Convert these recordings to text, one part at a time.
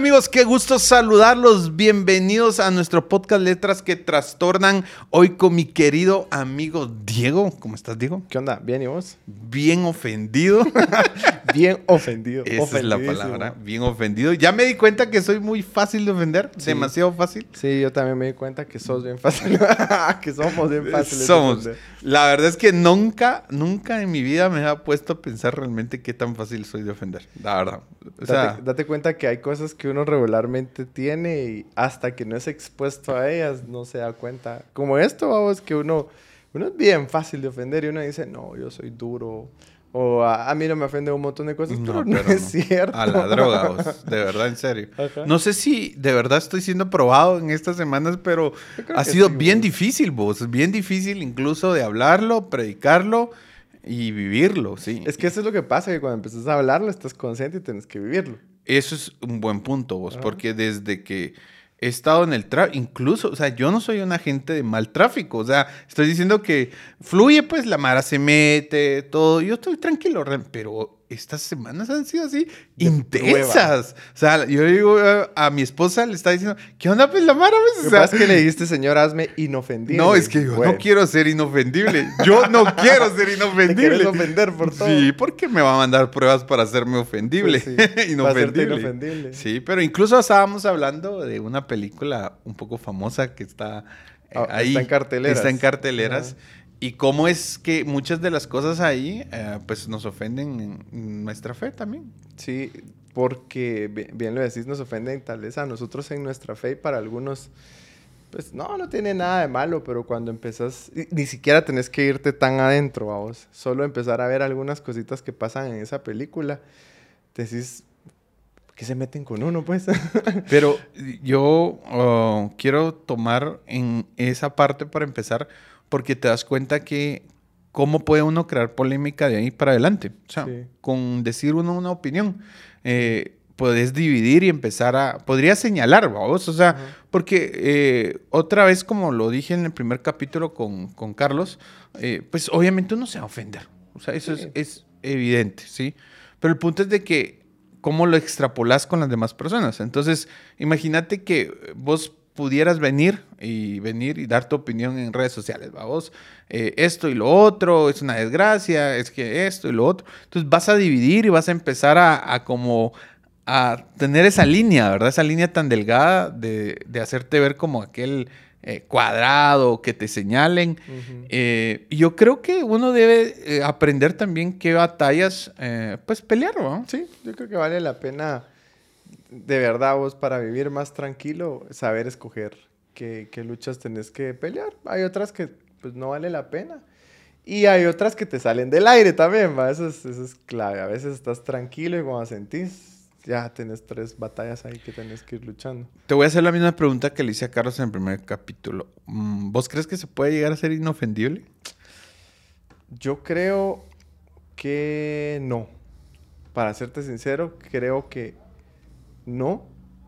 amigos? Qué gusto saludarlos. Bienvenidos a nuestro podcast Letras que Trastornan. Hoy con mi querido amigo Diego. ¿Cómo estás, Diego? ¿Qué onda? ¿Bien y vos? Bien ofendido. Bien ofendido. Esa es la palabra, bien ofendido. Ya me di cuenta que soy muy fácil de ofender, sí. Demasiado fácil. Sí, yo también me di cuenta que sos bien fácil. Que somos bien fáciles Somos. de ofender. La verdad es que nunca en mi vida me ha puesto a pensar realmente qué tan fácil soy de ofender. La verdad. O sea, date cuenta que hay cosas que uno regularmente tiene y hasta que no es expuesto a ellas no se da cuenta. Como esto, vamos, que uno es bien fácil de ofender y uno dice, no, yo soy duro. O a mí no me ofende un montón de cosas, pero no es cierto. A la droga, vos. De verdad, en serio. Ajá. No sé si de verdad estoy siendo probado en estas semanas, pero ha sido sí, bien vos. Difícil, vos. Bien difícil incluso de hablarlo, predicarlo y vivirlo, sí. Es que eso es lo que pasa, que cuando empiezas a hablarlo estás consciente y tienes que vivirlo. Eso es un buen punto, vos, porque desde que he estado en el tráfico, incluso, o sea, yo no soy un agente de mal tráfico, o sea, estoy diciendo que fluye, pues la mara se mete, todo, yo estoy tranquilo, pero estas semanas han sido así De intensas. O sea, yo digo a mi esposa, le está diciendo, ¿qué onda, pues la mara? Pues? Lo que pasa es que le dijiste, señor, hazme inofendible. No, es que yo Bueno, no quiero ser inofendible. Yo no quiero ser te inofendible. quieres ofender por todo. Sí, porque me va a mandar pruebas para hacerme ofendible. Pues sí, para hacerte Inofendible. inofendible. Sí, pero incluso estábamos hablando de una película un poco famosa que está ahí. Está en carteleras. Está en carteleras. Ajá. Y cómo es que muchas de las cosas ahí, pues nos ofenden en nuestra fe también. Sí, porque bien lo decís, nos ofenden tal vez a nosotros en nuestra fe y para algunos, pues no tiene nada de malo, pero cuando empezás, ni siquiera tenés que irte tan adentro, vamos, solo empezar a ver algunas cositas que pasan en esa película, te decís, ¿por qué se meten con uno, pues? Pero yo quiero tomar en esa parte para empezar, porque te das cuenta que cómo puede uno crear polémica de ahí para adelante. O sea, Sí. con decir uno una opinión, puedes dividir y empezar a... Podrías señalar, vamos, o sea, Ajá. porque otra vez, como lo dije en el primer capítulo con Carlos, pues obviamente uno se va a ofender. O sea, eso Sí. es evidente, ¿sí? Pero el punto es de que cómo lo extrapolas con las demás personas. Entonces, imagínate que vos pudieras venir y dar tu opinión en redes sociales, ¿va? Vos, esto y lo otro, es una desgracia, es que esto y lo otro. Entonces vas a dividir y vas a empezar a como a tener esa línea, ¿verdad? Esa línea tan delgada de hacerte ver como aquel cuadrado, que te señalen. Ujú. Y yo creo que uno debe aprender también qué batallas, pues, pelear, ¿no? Sí, yo creo que vale la pena, de verdad, vos, para vivir más tranquilo, saber escoger qué luchas tenés que pelear. Hay otras que, pues, no vale la pena. Y hay otras que te salen del aire también, ¿va? Eso es clave. A veces estás tranquilo y cuando sentís, ya tenés 3 batallas ahí que tenés que ir luchando. Te voy a hacer la misma pregunta que le hice a Carlos en el primer capítulo. ¿Vos crees que se puede llegar a ser inofendible? Yo creo que no. Para serte sincero, creo que no.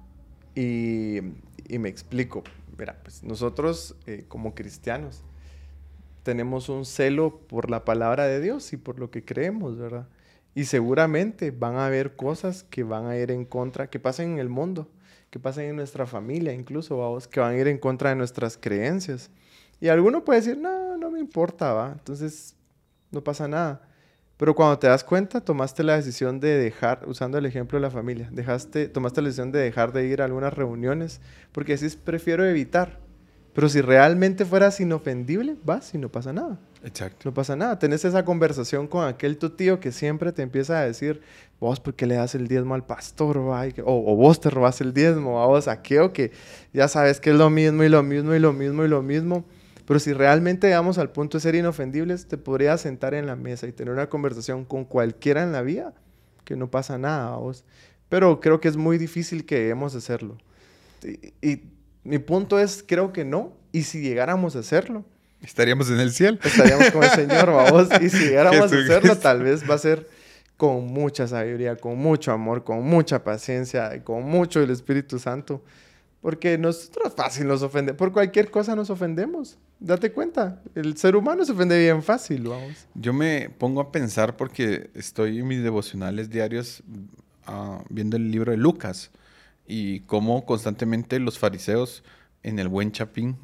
Y me explico. Mira, pues nosotros como cristianos tenemos un celo por la palabra de Dios y por lo que creemos, ¿verdad? Y seguramente van a haber cosas que van a ir en contra, que pasen en el mundo, que pasen en nuestra familia incluso, vamos, que van a ir en contra de nuestras creencias. Y alguno puede decir, no me importa, va, entonces no pasa nada. Pero cuando te das cuenta, tomaste la decisión de dejar, usando el ejemplo de la familia, tomaste la decisión de dejar de ir a algunas reuniones, porque decís, prefiero evitar. Pero si realmente fueras inofendible, vas y no pasa nada. Exacto. No pasa nada. Tenés esa conversación con aquel tu tío que siempre te empieza a decir, vos, ¿por qué le das el diezmo al pastor? Va? O vos te robas el diezmo, a vos aquello que ya sabes que es lo mismo y lo mismo y lo mismo y lo mismo. Pero si realmente llegamos al punto de ser inofendibles, te podrías sentar en la mesa y tener una conversación con cualquiera en la vida, que no pasa nada a vos. Pero creo que es muy difícil que lleguemos a hacerlo. Y mi punto es, creo que no. Y si llegáramos a hacerlo, Estaríamos en el cielo. estaríamos con el Señor, vamos. Y si llegáramos a Jesucristo. hacerlo, tal vez va a ser con mucha sabiduría, con mucho amor, con mucha paciencia, con mucho del Espíritu Santo. Porque nosotros fácil nos ofendemos. Por cualquier cosa nos ofendemos. Date cuenta. El ser humano se ofende bien fácil, vamos. Yo me pongo a pensar porque estoy en mis devocionales diarios viendo el libro de Lucas. y cómo constantemente los fariseos en el buen chapín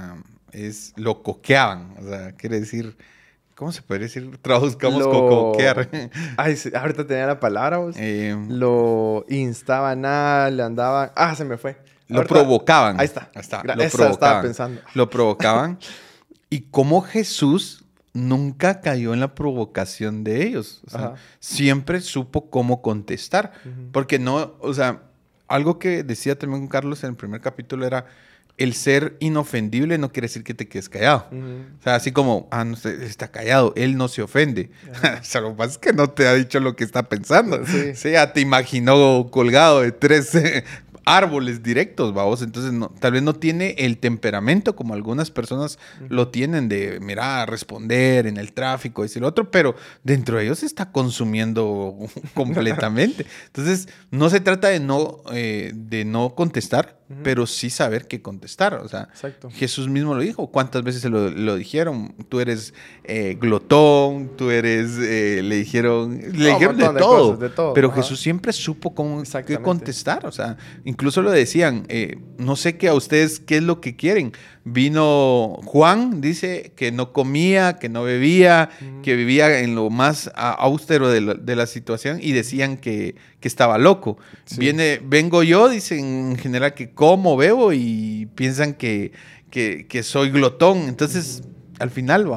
lo coqueaban. O sea, quiere decir, ¿cómo se puede decir? Traduzcamos coquear. Ay, sí, ahorita tenía la palabra, vos. Eh, Lo instaban le andaban... Ah, se me fue. Lo provocaban. Ahí está. Lo Esa provocaban. estaba pensando. Lo provocaban. Y cómo Jesús nunca cayó en la provocación de ellos. O sea, siempre supo cómo contestar. Porque no, o sea, algo que decía también Carlos en el primer capítulo era: el ser inofendible no quiere decir que te quedes callado. O sea, así como, no sé, está callado, él no se ofende. O sea, lo que pasa es que no te ha dicho lo que está pensando. Sí. O sea, te imaginó colgado de 3 árboles directos, vamos. Entonces, tal vez no tiene el temperamento como algunas personas lo tienen de, mira, responder en el tráfico, decir lo otro, pero dentro de ellos se está consumiendo completamente. Entonces, no se trata de no contestar, pero sí saber qué contestar. O sea, exacto. Jesús mismo lo dijo. ¿Cuántas veces lo dijeron? Tú eres glotón, tú eres... le dijeron de todo. Pero Jesús siempre supo qué contestar. O sea, incluso lo decían, no sé qué a ustedes, qué es lo que quieren. Vino Juan, dice que no comía, que no bebía, que vivía en lo más austero de la situación, y decían que estaba loco. Sí. Vengo yo, dicen en general que como, bebo, y piensan que soy glotón. Entonces, al final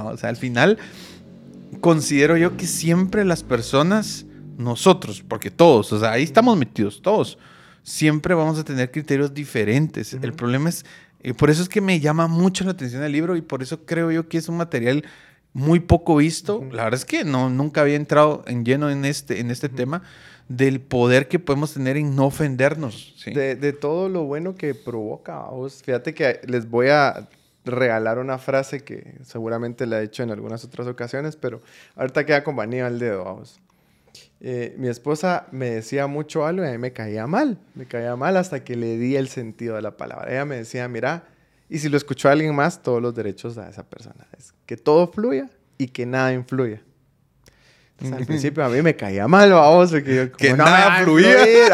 considero yo que siempre las personas, nosotros, porque todos, o sea, ahí estamos metidos todos, siempre vamos a tener criterios diferentes. El problema es, por eso es que me llama mucho la atención el libro, y por eso creo yo que es un material muy poco visto. La verdad es que nunca había entrado en lleno en este tema del poder que podemos tener en no ofendernos. ¿Sí? De todo lo bueno que provoca, vos. Fíjate que les voy a regalar una frase que seguramente la he hecho en algunas otras ocasiones, pero ahorita queda como anillo al dedo, vamos. Mi esposa me decía mucho algo y a mí me caía mal hasta que le di el sentido de la palabra. Ella me decía, mira, y si lo escuchó alguien más, todos los derechos a esa persona. Es que todo fluya y que nada influya. Entonces, al principio a mí me caía mal, vamos, porque yo, que nada fluía.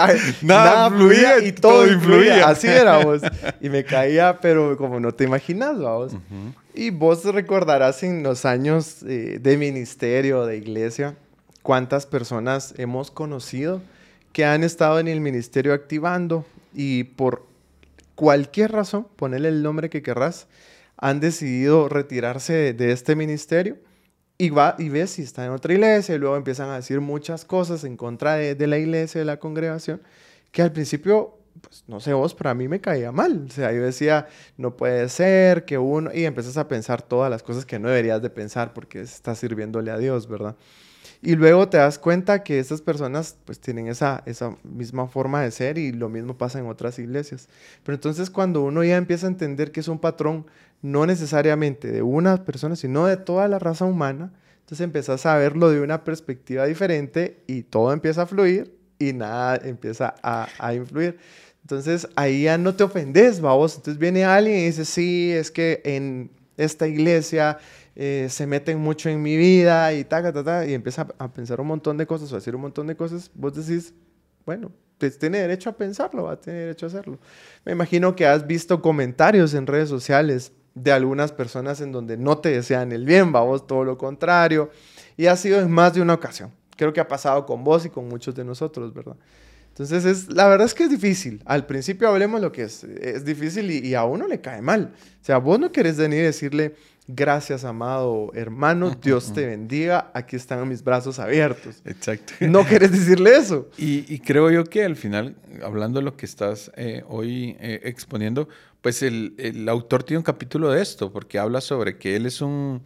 Nada fluía y todo influía. Así era, vos. Y me caía, pero como no te imaginas, vamos. Y vos recordarás en los años de ministerio, de iglesia, cuántas personas hemos conocido que han estado en el ministerio activando y por cualquier razón, ponele el nombre que querrás, han decidido retirarse de este ministerio. Y ves si está en otra iglesia y luego empiezan a decir muchas cosas en contra de la iglesia, de la congregación, que al principio, pues no sé vos, pero a mí me caía mal. O sea, yo decía, no puede ser que uno... Y empiezas a pensar todas las cosas que no deberías de pensar porque estás sirviéndole a Dios, ¿verdad? Y luego te das cuenta que estas personas pues tienen esa misma forma de ser y lo mismo pasa en otras iglesias. Pero entonces cuando uno ya empieza a entender que es un patrón no necesariamente de una persona, sino de toda la raza humana, entonces empezás a verlo de una perspectiva diferente y todo empieza a fluir y nada empieza a influir. Entonces ahí ya no te ofendes, vamos. Entonces viene alguien y dice, sí, es que en esta iglesia... se meten mucho en mi vida y y empieza a pensar un montón de cosas o a decir un montón de cosas, vos decís, bueno, pues tiene derecho a pensarlo, va a tener derecho a hacerlo. Me imagino que has visto comentarios en redes sociales de algunas personas en donde no te desean el bien, va, vos todo lo contrario, y ha sido en más de una ocasión. Creo que ha pasado con vos y con muchos de nosotros, ¿verdad? Entonces, la verdad es que es difícil. Al principio hablemos lo que es difícil y a uno le cae mal. O sea, vos no querés venir y decirle, gracias, amado hermano, Dios te bendiga, aquí están mis brazos abiertos. Exacto. No querés decirle eso. Y creo yo que al final, hablando de lo que estás hoy exponiendo, pues el autor tiene un capítulo de esto, porque habla sobre que él es un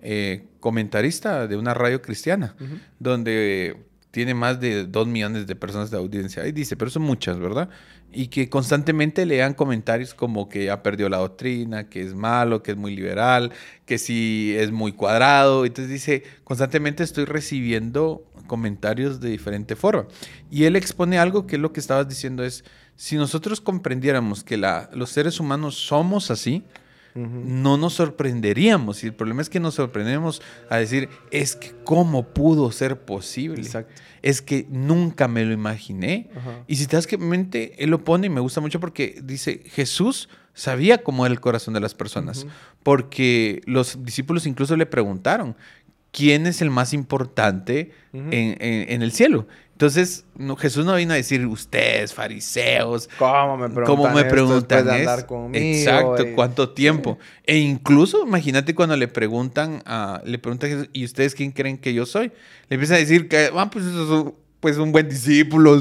comentarista de una radio cristiana, donde... tiene más de 2 millones de personas de audiencia. Y dice, pero son muchas, ¿verdad? Y que constantemente lean comentarios como que ya perdió la doctrina, que es malo, que es muy liberal, que sí es muy cuadrado. Entonces dice, constantemente estoy recibiendo comentarios de diferente forma. Y él expone algo que es lo que estabas diciendo es, si nosotros comprendiéramos que los seres humanos somos así, no nos sorprenderíamos. Y el problema es que nos sorprendemos a decir, es que ¿cómo pudo ser posible? Exacto. Es que nunca me lo imaginé. Ajá. Y si te das mente, él lo pone y me gusta mucho porque dice, Jesús sabía cómo era el corazón de las personas. Porque los discípulos incluso le preguntaron, ¿quién es el más importante en el cielo? Entonces, Jesús no vino a decir, ustedes, fariseos, ¿cómo me preguntan esto? Andar conmigo? Exacto, ¿cuánto tiempo? Sí. E incluso, imagínate cuando le preguntan a Jesús, ¿y ustedes quién creen que yo soy? Le empiezan a decir que, pues eso es un buen discípulo,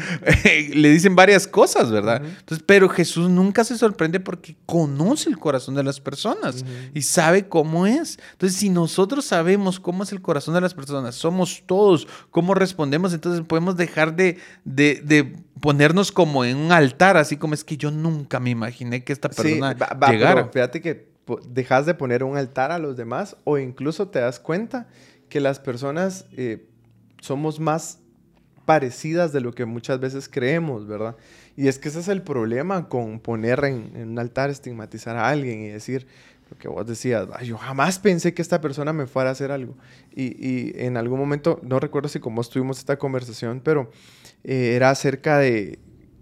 le dicen varias cosas, ¿verdad? Entonces, pero Jesús nunca se sorprende porque conoce el corazón de las personas y sabe cómo es. Entonces, si nosotros sabemos cómo es el corazón de las personas, somos todos, cómo respondemos, entonces podemos dejar de ponernos como en un altar, así como es que yo nunca me imaginé que esta persona llegara. Pero fíjate que dejas de poner un altar a los demás o incluso te das cuenta que las personas somos más parecidas de lo que muchas veces creemos, ¿verdad? Y es que ese es el problema con poner en un altar, estigmatizar a alguien y decir lo que vos decías, yo jamás pensé que esta persona me fuera a hacer algo. Y en algún momento, no recuerdo si con vos tuvimos esta conversación, pero era acerca de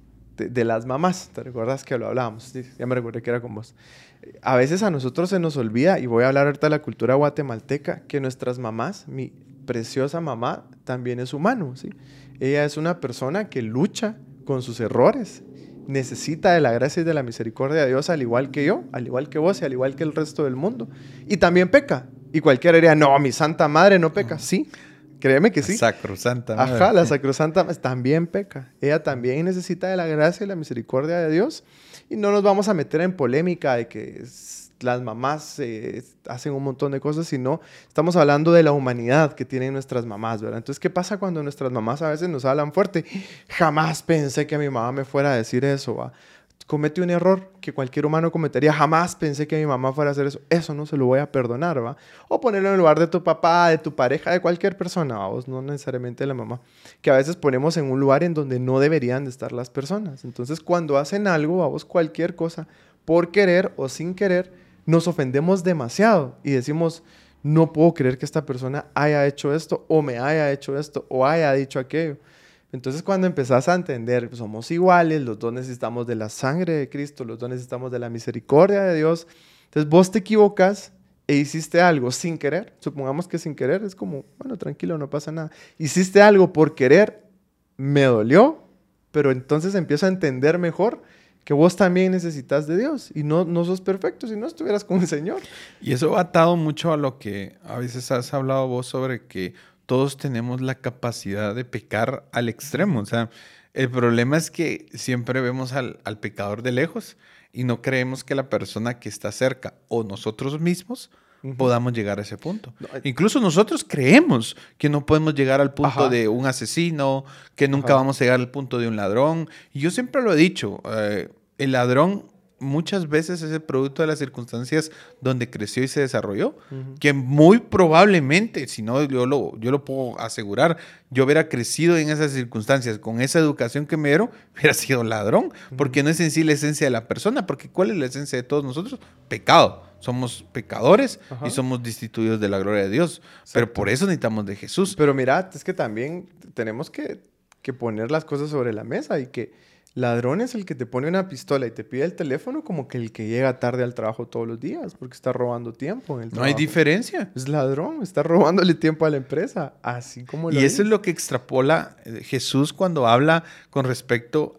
las mamás. ¿Te recuerdas que lo hablábamos? Sí, ya me recuerdo que era con vos. A veces a nosotros se nos olvida, y voy a hablar ahorita de la cultura guatemalteca, que nuestras mamás, mi preciosa mamá, también es humano, ¿sí? Ella es una persona que lucha con sus errores, necesita de la gracia y de la misericordia de Dios, al igual que yo, al igual que vos y al igual que el resto del mundo. Y también peca. Y cualquiera diría, no, mi santa madre no peca. Sí, créeme que sí. Sacrosanta madre. Ajá, la sacrosanta también peca. Ella también necesita de la gracia y la misericordia de Dios. Y no nos vamos a meter en polémica de que las mamás hacen un montón de cosas, sino estamos hablando de la humanidad que tienen nuestras mamás, ¿verdad? Entonces, ¿qué pasa cuando nuestras mamás a veces nos hablan fuerte? Jamás pensé que mi mamá me fuera a decir eso, ¿va? Comete un error que cualquier humano cometería. Jamás pensé que mi mamá fuera a hacer eso. Eso no se lo voy a perdonar, ¿va? O ponerlo en el lugar de tu papá, de tu pareja, de cualquier persona, ¿va? Vos, no necesariamente de la mamá. Que a veces ponemos en un lugar en donde no deberían de estar las personas. Entonces, cuando hacen algo, vos cualquier cosa, por querer o sin querer, nos ofendemos demasiado y decimos, no puedo creer que esta persona haya hecho esto, o me haya hecho esto, o haya dicho aquello. Entonces, cuando empezás a entender, pues, somos iguales, los dos necesitamos de la sangre de Cristo, los dos necesitamos de la misericordia de Dios. Entonces, vos te equivocas e hiciste algo sin querer. Supongamos que sin querer es como, bueno, tranquilo, no pasa nada. Hiciste algo por querer, me dolió, pero entonces empiezo a entender mejor que vos también necesitas de Dios y no sos perfecto si no estuvieras con el Señor. Y eso va atado mucho a lo que a veces has hablado vos sobre que todos tenemos la capacidad de pecar al extremo. O sea, el problema es que siempre vemos al pecador de lejos y no creemos que la persona que está cerca o nosotros mismos podamos llegar a ese punto. No, incluso nosotros creemos que no podemos llegar al punto de un asesino, que nunca vamos a llegar al punto de un ladrón. Y yo siempre lo he dicho, el ladrón muchas veces es el producto de las circunstancias donde creció y se desarrolló, que muy probablemente, si no yo lo puedo asegurar, yo hubiera crecido en esas circunstancias, con esa educación que me dieron, hubiera sido ladrón, porque no es en sí la esencia de la persona, porque ¿cuál es la esencia de todos nosotros? Pecado. Somos pecadores y somos destituidos de la gloria de Dios. Exacto. Pero por eso necesitamos de Jesús. Pero mira, es que también tenemos que poner las cosas sobre la mesa y que ladrón es el que te pone una pistola y te pide el teléfono como que el que llega tarde al trabajo todos los días porque está robando tiempo en el trabajo. No hay diferencia. Es ladrón, está robándole tiempo a la empresa, así como lo Y eso es lo que extrapola Jesús cuando habla con respecto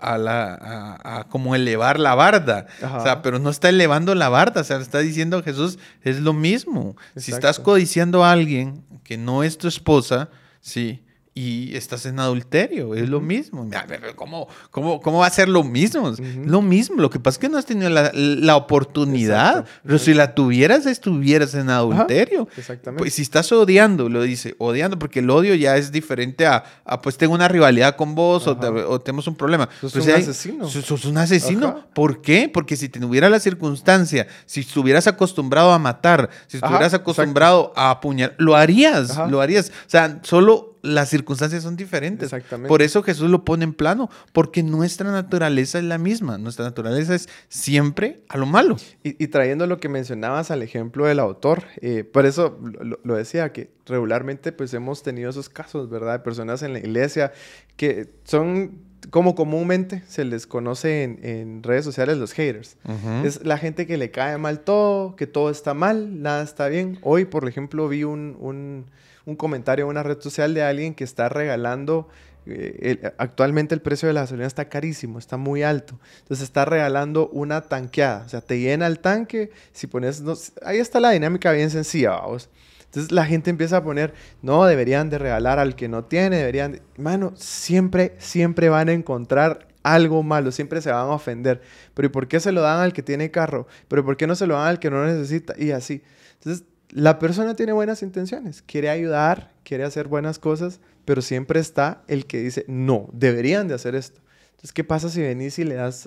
a cómo elevar la barda. O sea, pero no está elevando la barda, o sea, está diciendo Jesús, es lo mismo. Exacto. Si estás codiciando a alguien que no es tu esposa, sí, y estás en adulterio, es lo mismo. ¿Cómo va a ser lo mismo? Lo mismo, lo que pasa es que no has tenido la oportunidad. Exacto. Pero si la tuvieras, estuvieras en adulterio. Exactamente. Pues si estás odiando, lo dice, odiando, porque el odio ya es diferente a pues tengo una rivalidad con vos o tenemos un problema. Sos un asesino. Sos un asesino. ¿Por qué? Porque si tuviera la circunstancia, si estuvieras acostumbrado a matar, si estuvieras acostumbrado a apuñalar, lo harías. O sea, solo las circunstancias son diferentes. Exactamente. Por eso Jesús lo pone en plano, porque nuestra naturaleza es la misma. Nuestra naturaleza es siempre a lo malo. Y trayendo lo que mencionabas al ejemplo del autor, por eso lo decía, que regularmente pues hemos tenido esos casos, ¿verdad? De personas en la iglesia que son, como comúnmente se les conoce en redes sociales, los haters. Es la gente que le cae mal todo, que todo está mal, nada está bien. Hoy, por ejemplo, vi un comentario en una red social de alguien que está regalando... actualmente el precio de la gasolina está carísimo, está muy alto. Entonces está regalando una tanqueada. O sea, te llena el tanque, si pones... ahí está la dinámica bien sencilla, vamos. Entonces la gente empieza a poner, no, deberían de regalar al que no tiene, deberían de... Mano, siempre van a encontrar algo malo, siempre se van a ofender. Pero ¿y por qué se lo dan al que tiene carro? ¿Pero por qué no se lo dan al que no necesita? Y así. Entonces, la persona tiene buenas intenciones, quiere ayudar, quiere hacer buenas cosas, pero siempre está el que dice, no, deberían de hacer esto. Entonces, ¿qué pasa si venís y le das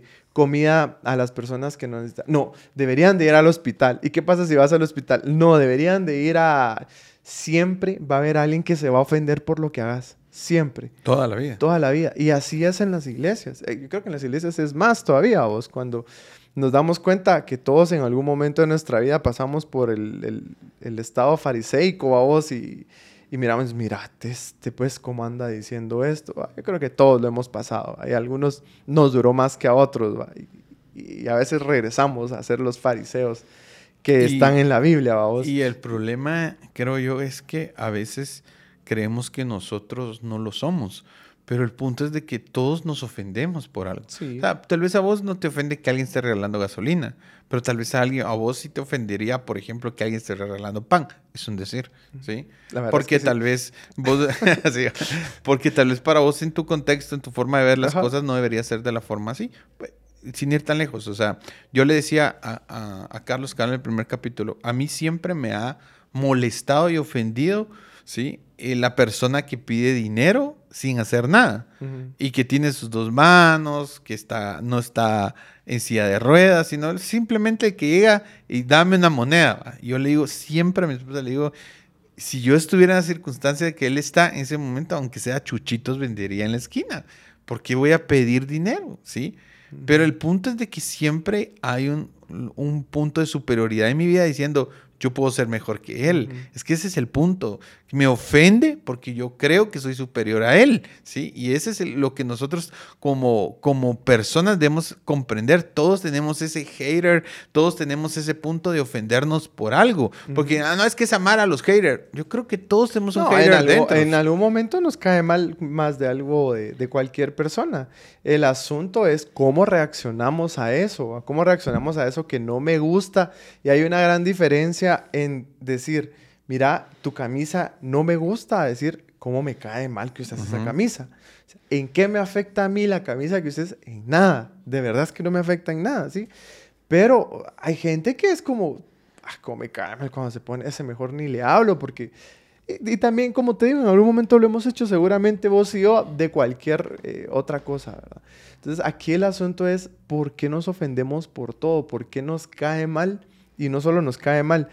comida a las personas que no necesitan? No, deberían de ir al hospital. ¿Y qué pasa si vas al hospital? No, deberían de ir a... Siempre va a haber alguien que se va a ofender por lo que hagas. Siempre. Toda la vida. Toda la vida. Y así es en las iglesias. Yo creo que en las iglesias es más todavía, vos, cuando nos damos cuenta que todos en algún momento de nuestra vida pasamos por el estado fariseico, vos, y miramos, mirate, pues, ¿cómo anda diciendo esto? Yo creo que todos lo hemos pasado. Hay algunos nos duró más que a otros, ¿va? Y a veces regresamos a ser los fariseos que están en la Biblia, vamos. Y el problema, creo yo, es que a veces creemos que nosotros no lo somos. Pero el punto es de que todos nos ofendemos por algo. Sí. O sea, tal vez a vos no te ofende que alguien esté regalando gasolina, pero tal vez a vos sí te ofendería, por ejemplo, que alguien esté regalando pan. Es un decir, ¿sí? Porque tal vez vos... sí, porque tal vez para vos en tu contexto, en tu forma de ver las cosas, no debería ser de la forma así. Sin ir tan lejos. O sea, yo le decía a Carlos Cano en el primer capítulo, a mí siempre me ha molestado y ofendido, ¿sí? La persona que pide dinero sin hacer nada y que tiene sus dos manos, que no está en silla de ruedas, sino simplemente que llega y dame una moneda. Yo le digo siempre a mi esposa, le digo, si yo estuviera en la circunstancia de que él está en ese momento, aunque sea chuchitos, vendería en la esquina. ¿Por qué voy a pedir dinero? ¿Sí? Pero el punto es de que siempre hay un punto de superioridad en mi vida diciendo, yo puedo ser mejor que él. Es que ese es el punto. Me ofende porque yo creo que soy superior a él, ¿sí? Y ese es lo que nosotros como personas debemos comprender. Todos tenemos ese hater, todos tenemos ese punto de ofendernos por algo. Porque no es que es amar a los haters. Yo creo que todos tenemos un hater dentro. En algún momento nos cae mal más de algo de cualquier persona. El asunto es cómo reaccionamos a eso, cómo reaccionamos a eso que no me gusta. Y hay una gran diferencia en decir, mira, tu camisa no me gusta, a decir, cómo me cae mal que usted esa camisa. ¿En qué me afecta a mí la camisa que usted? En nada. De verdad es que no me afecta en nada, ¿sí? Pero hay gente que es como, cómo me cae mal cuando se pone ese, mejor ni le hablo, porque... Y también, como te digo, en algún momento lo hemos hecho seguramente vos y yo de cualquier otra cosa, ¿verdad? Entonces, aquí el asunto es, ¿por qué nos ofendemos por todo? ¿Por qué nos cae mal? Y no solo nos cae mal,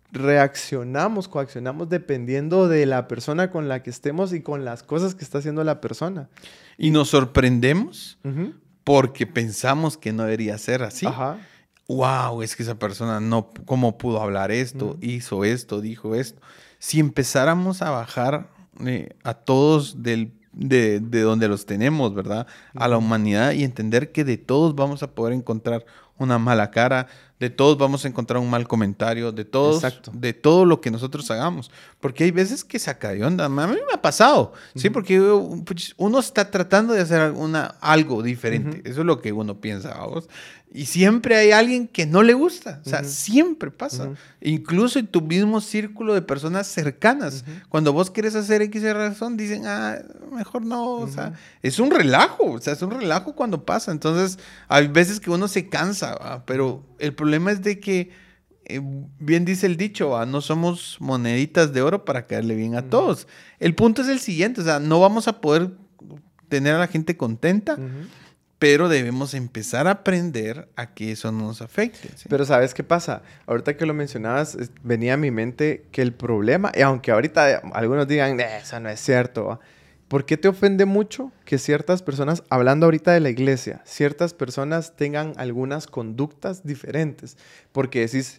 coaccionamos dependiendo de la persona con la que estemos y con las cosas que está haciendo la persona. Y nos sorprendemos porque pensamos que no debería ser así. Wow, es que esa persona no, ¿cómo pudo hablar esto? Hizo esto, dijo esto. Si empezáramos a bajar a todos de donde los tenemos, ¿verdad? A la humanidad y entender que de todos vamos a poder encontrar una mala cara, de todos vamos a encontrar un mal comentario, de todo lo que nosotros hagamos. Porque hay veces que saca de onda. A mí me ha pasado, ¿sí? Porque uno está tratando de hacer algo diferente. Eso es lo que uno piensa, ¿vos? Y siempre hay alguien que no le gusta. O sea, siempre pasa. Incluso en tu mismo círculo de personas cercanas. Cuando vos quieres hacer X razón, dicen, mejor no. O sea, es un relajo. O sea, es un relajo cuando pasa. Entonces, hay veces que uno se cansa, ¿va? Pero el problema es de que, bien dice el dicho, ¿va? No somos moneditas de oro para caerle bien a todos. El punto es el siguiente. O sea, no vamos a poder tener a la gente contenta. pero debemos empezar a aprender a que eso no nos afecte. ¿Sí? Pero ¿sabes qué pasa? Ahorita que lo mencionabas, venía a mi mente que el problema, y aunque ahorita algunos digan, eso no es cierto, ¿va? ¿Por qué te ofende mucho que ciertas personas, hablando ahorita de la iglesia, ciertas personas tengan algunas conductas diferentes? Porque decís,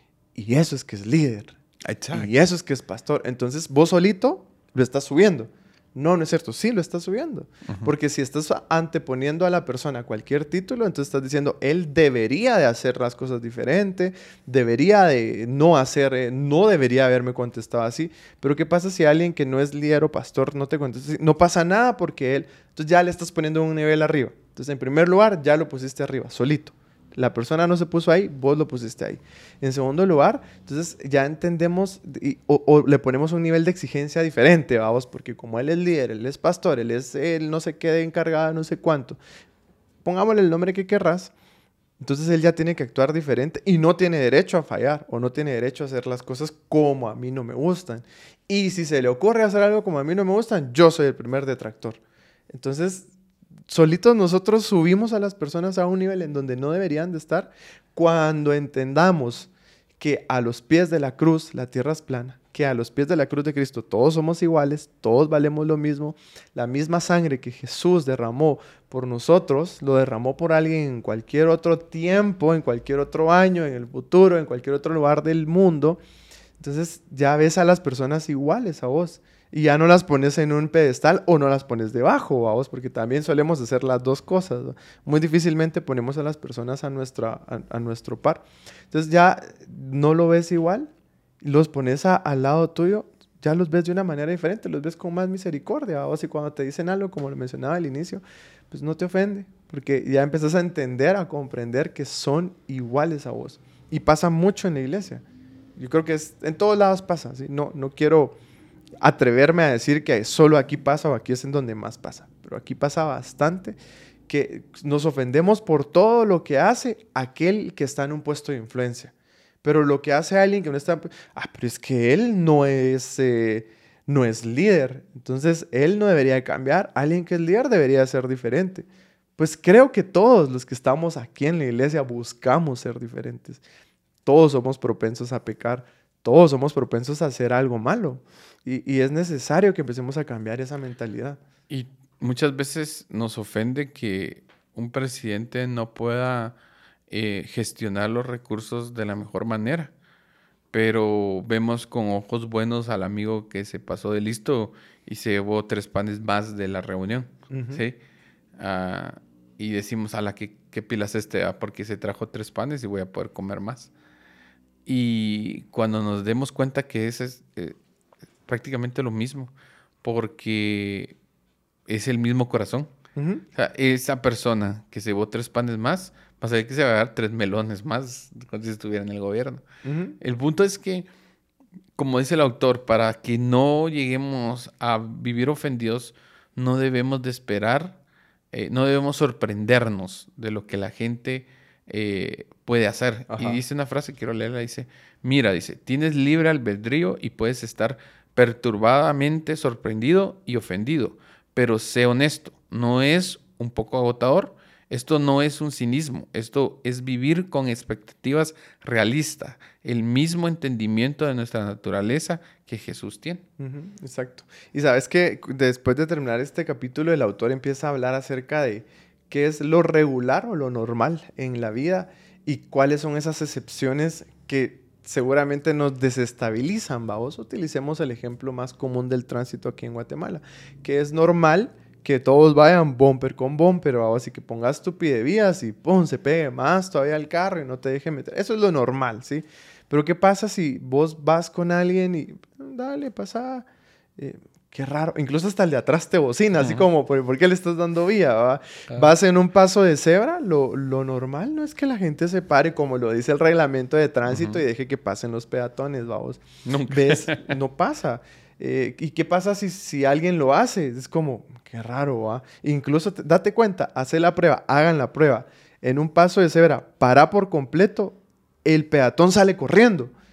y eso es que es líder. Exacto. Y eso es que es pastor. Entonces, vos solito lo estás subiendo. No, no es cierto. Sí, lo estás subiendo. Porque si estás anteponiendo a la persona cualquier título, entonces estás diciendo, él debería de hacer las cosas diferente, debería de no hacer, no debería haberme contestado así. Pero ¿qué pasa si alguien que no es líder o pastor no te contesta así? No pasa nada porque él, entonces ya le estás poniendo un nivel arriba. Entonces, en primer lugar, ya lo pusiste arriba, solito. La persona no se puso ahí, vos lo pusiste ahí. En segundo lugar, entonces ya entendemos o le ponemos un nivel de exigencia diferente, vamos, porque como él es líder, él es pastor, él no se quede encargado, no sé cuánto. Pongámosle el nombre que querrás. Entonces él ya tiene que actuar diferente y no tiene derecho a fallar o no tiene derecho a hacer las cosas como a mí no me gustan. Y si se le ocurre hacer algo como a mí no me gustan, yo soy el primer detractor. Entonces, solitos nosotros subimos a las personas a un nivel en donde no deberían de estar cuando entendamos que a los pies de la cruz la tierra es plana, que a los pies de la cruz de Cristo todos somos iguales, todos valemos lo mismo, la misma sangre que Jesús derramó por nosotros, lo derramó por alguien en cualquier otro tiempo, en cualquier otro año, en el futuro, en cualquier otro lugar del mundo. Entonces ya ves a las personas iguales a vos. Y ya no las pones en un pedestal o no las pones debajo, vamos, porque también solemos hacer las dos cosas, ¿no? Muy difícilmente ponemos a las personas a nuestro par. Entonces ya no lo ves igual, los pones al lado tuyo, ya los ves de una manera diferente, los ves con más misericordia, vamos, y cuando te dicen algo, como lo mencionaba al inicio, pues no te ofende, porque ya empezás a entender, a comprender que son iguales a vos. Y pasa mucho en la iglesia. Yo creo que en todos lados pasa, ¿sí? No quiero atreverme a decir que solo aquí pasa o aquí es en donde más pasa, pero aquí pasa bastante que nos ofendemos por todo lo que hace aquel que está en un puesto de influencia, pero lo que hace alguien que no está, pero es que él no es líder, entonces él no debería de cambiar, alguien que es líder debería ser diferente. Pues creo que todos los que estamos aquí en la iglesia buscamos ser diferentes, todos somos propensos a pecar, todos somos propensos a hacer algo malo. Y es necesario que empecemos a cambiar esa mentalidad. Y muchas veces nos ofende que un presidente no pueda gestionar los recursos de la mejor manera. Pero vemos con ojos buenos al amigo que se pasó de listo y se llevó 3 panes más de la reunión. ¿Sí? Y decimos, ¿qué pilas porque se trajo 3 panes y voy a poder comer más. Y cuando nos demos cuenta que ese es prácticamente lo mismo, porque es el mismo corazón. O sea, esa persona que se llevó 3 panes más, va a saber que se va a dar 3 melones más cuando si estuviera en el gobierno. El punto es que, como dice el autor, para que no lleguemos a vivir ofendidos, no debemos de esperar, no debemos sorprendernos de lo que la gente puede hacer. Ajá. Y dice una frase, quiero leerla, dice, mira, dice, tienes libre albedrío y puedes estar perturbadamente sorprendido y ofendido, pero sé honesto, no es un poco agotador, esto no es un cinismo, esto es vivir con expectativas realistas, el mismo entendimiento de nuestra naturaleza que Jesús tiene. Exacto. Y sabes que después de terminar este capítulo, el autor empieza a hablar acerca de qué es lo regular o lo normal en la vida y cuáles son esas excepciones que seguramente nos desestabilizan. Vamos, utilicemos el ejemplo más común del tránsito aquí en Guatemala, que es normal que todos vayan bumper con bumper, vamos, y que pongas tu pidevías y ¡pum! Se pegue más todavía al carro y no te deje meter. Eso es lo normal, ¿sí? Pero ¿qué pasa si vos vas con alguien y dale, pasa? Qué raro. Incluso hasta el de atrás te bocina, así como, ¿por qué le estás dando vía? ¿Va? Vas en un paso de cebra, lo normal no es que la gente se pare, como lo dice el reglamento de tránsito, y deje que pasen los peatones, vamos. Nunca. ¿Ves? No pasa. ¿Y qué pasa si alguien lo hace? Es como, qué raro, ¿va? Incluso, date cuenta, hace la prueba, hagan la prueba. En un paso de cebra, para por completo, el peatón sale corriendo.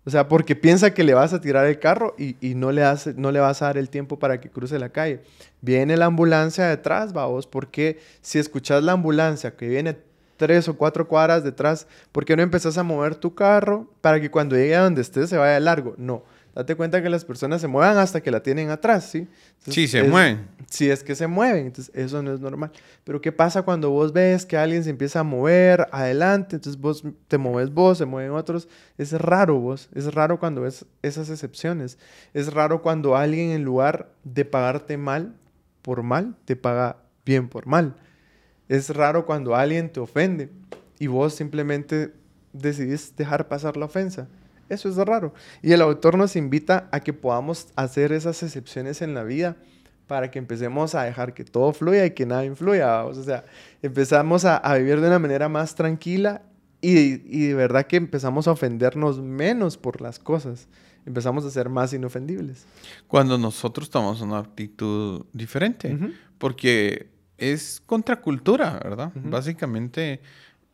O sea, porque piensa que le vas a tirar el carro y no le vas a dar el tiempo para que cruce la calle. Viene la ambulancia detrás, vos, porque si escuchas la ambulancia que viene 3 o 4 cuadras detrás, ¿por qué no empezás a mover tu carro para que cuando llegue a donde estés se vaya largo? No. Date cuenta que las personas se muevan hasta que la tienen atrás, ¿sí? Entonces, Sí, se mueven. Sí, es que se mueven. Entonces, eso no es normal. Pero ¿qué pasa cuando vos ves que alguien se empieza a mover adelante? Entonces, vos te mueves vos, se mueven otros. Es raro vos. Es raro cuando ves esas excepciones. Es raro cuando alguien en lugar de pagarte mal, te paga bien por mal. Es raro cuando alguien te ofende y vos simplemente decidís dejar pasar la ofensa. Eso es raro. Y el autor nos invita a que podamos hacer esas excepciones en la vida para que empecemos a dejar que todo fluya y que nada influya. ¿Vamos? O sea, empezamos a vivir de una manera más tranquila y de verdad que empezamos a ofendernos menos por las cosas. Empezamos a ser más inofendibles. Cuando nosotros tomamos una actitud diferente, porque es contracultura, ¿verdad? Básicamente,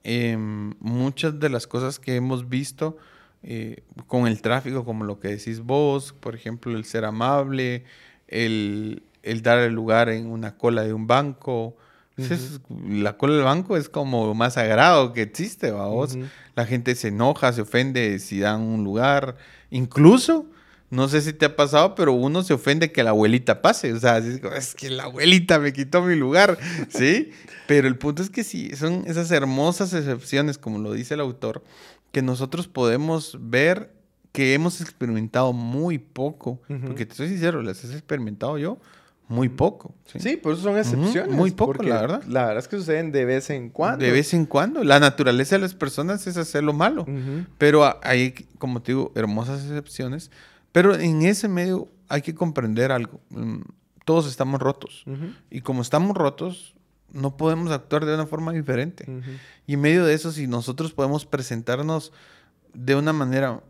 muchas de las cosas que hemos visto con el tráfico, como lo que decís vos, por ejemplo, el ser amable, el dar el lugar en una cola de un banco. La cola del banco es como lo más sagrado que existe, vos. La gente se enoja, se ofende si dan un lugar. Incluso, no sé si te ha pasado, pero uno se ofende que la abuelita pase. O sea, es que la abuelita me quitó mi lugar, ¿sí? Pero el punto es que sí, son esas hermosas excepciones, como lo dice el autor, que nosotros podemos ver que hemos experimentado muy poco. Porque te soy sincero, las he experimentado yo muy poco. Sí, por eso son excepciones. Muy poco, la verdad. La verdad es que suceden de vez en cuando. De vez en cuando. La naturaleza de las personas es hacer lo malo. Pero hay, como te digo, hermosas excepciones. Pero en ese medio hay que comprender algo. Todos estamos rotos. Y como estamos rotos, no podemos actuar de una forma diferente. Y en medio de eso, si nosotros podemos presentarnos de una manera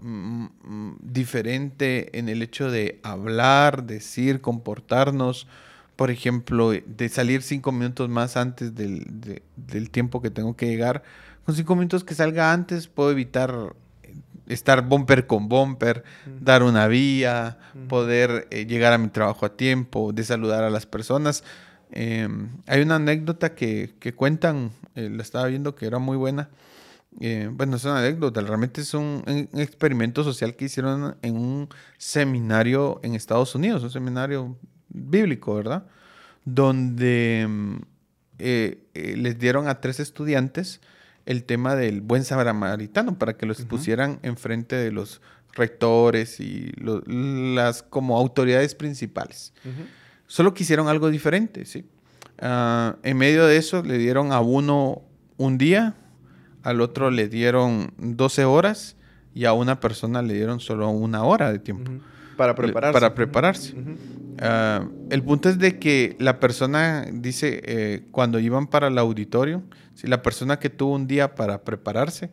diferente en el hecho de hablar, decir, comportarnos, por ejemplo, de salir 5 minutos más antes del tiempo que tengo que llegar. Con 5 minutos que salga antes puedo evitar estar bumper con bumper, dar una vía, poder llegar a mi trabajo a tiempo, de saludar a las personas. Hay una anécdota que cuentan, la estaba viendo que era muy buena. Bueno, es una anécdota, realmente es un experimento social que hicieron en un seminario en Estados Unidos, un seminario bíblico, ¿verdad? Donde les dieron a 3 estudiantes el tema del buen samaritano para que los pusieran enfrente de los rectores y las como autoridades principales. Solo que hicieron algo diferente, ¿sí? En medio de eso le dieron a uno un día, al otro le dieron 12 horas y a una persona le dieron solo 1 hora de tiempo. Para prepararse. Para prepararse. El punto es de que la persona dice, cuando iban para el auditorio, si la persona que tuvo un día para prepararse,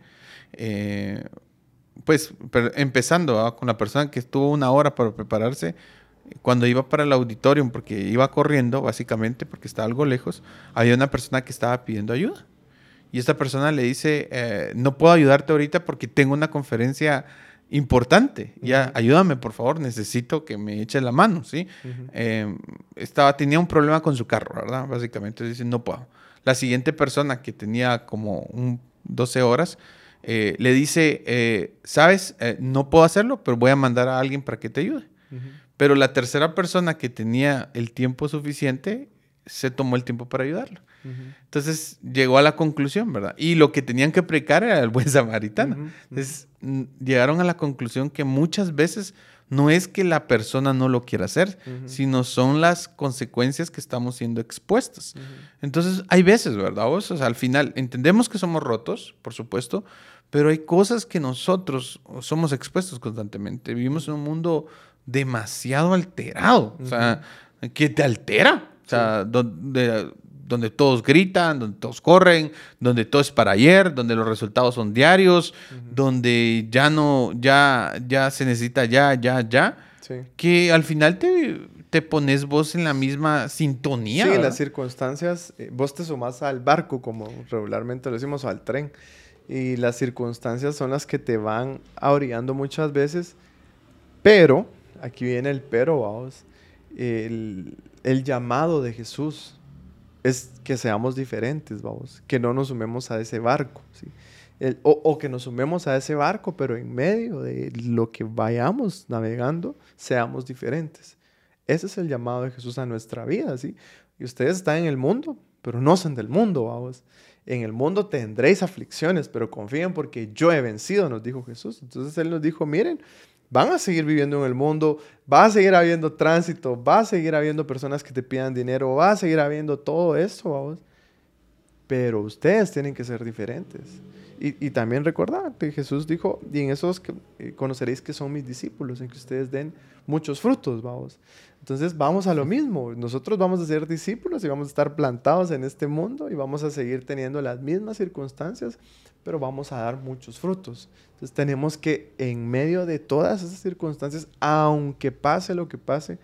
pues empezando con la persona que tuvo 1 hora para prepararse, cuando iba para el auditorio, porque iba corriendo, básicamente, porque estaba algo lejos, había una persona que estaba pidiendo ayuda. Y esta persona le dice, no puedo ayudarte ahorita porque tengo una conferencia importante. Ya, ayúdame, por favor, necesito que me eches la mano, ¿sí? Tenía un problema con su carro, ¿verdad? Básicamente, dice, no puedo. La siguiente persona que tenía como 12 horas, le dice, ¿sabes? No puedo hacerlo, pero voy a mandar a alguien para que te ayude. Pero la tercera persona que tenía el tiempo suficiente, se tomó el tiempo para ayudarlo. Entonces, llegó a la conclusión, ¿verdad? Y lo que tenían que predicar era el buen samaritano. Entonces, llegaron a la conclusión que muchas veces no es que la persona no lo quiera hacer, sino son las consecuencias que estamos siendo expuestas. Entonces, hay veces, ¿verdad? O sea, al final, entendemos que somos rotos, por supuesto, pero hay cosas que nosotros somos expuestos constantemente. Vivimos en un mundo demasiado alterado, o sea, que te altera. O sea, donde todos gritan, donde todos corren, donde todo es para ayer, donde los resultados son diarios, donde ya se necesita ya. Sí. Que al final te pones vos en la misma sintonía. Sí, ¿verdad? las circunstancias, vos te sumás al barco, como regularmente lo decimos, o al tren. y las circunstancias son las que te van orillando muchas veces. Pero, aquí viene el pero, vamos, el llamado de Jesús es que seamos diferentes, vamos, que no nos sumemos a ese barco, ¿sí? O que nos sumemos a ese barco, pero en medio de lo que vayamos navegando, seamos diferentes. Ese es el llamado de Jesús a nuestra vida, ¿sí? Y ustedes están en el mundo, pero no son del mundo, vamos. En el mundo tendréis aflicciones, pero confíen porque yo he vencido, nos dijo Jesús. Entonces Él nos dijo, miren, van a seguir viviendo en el mundo, va a seguir habiendo tránsito, va a seguir habiendo personas que te pidan dinero, va a seguir habiendo todo eso, vamos. Pero ustedes tienen que ser diferentes. Y también recordar que Jesús dijo, y en esos conoceréis que son mis discípulos, en que ustedes den muchos frutos, vamos. Entonces vamos a lo mismo, nosotros vamos a ser discípulos y vamos a estar plantados en este mundo y vamos a seguir teniendo las mismas circunstancias, pero vamos a dar muchos frutos. Entonces tenemos que, en medio de todas esas circunstancias, aunque pase lo que pase,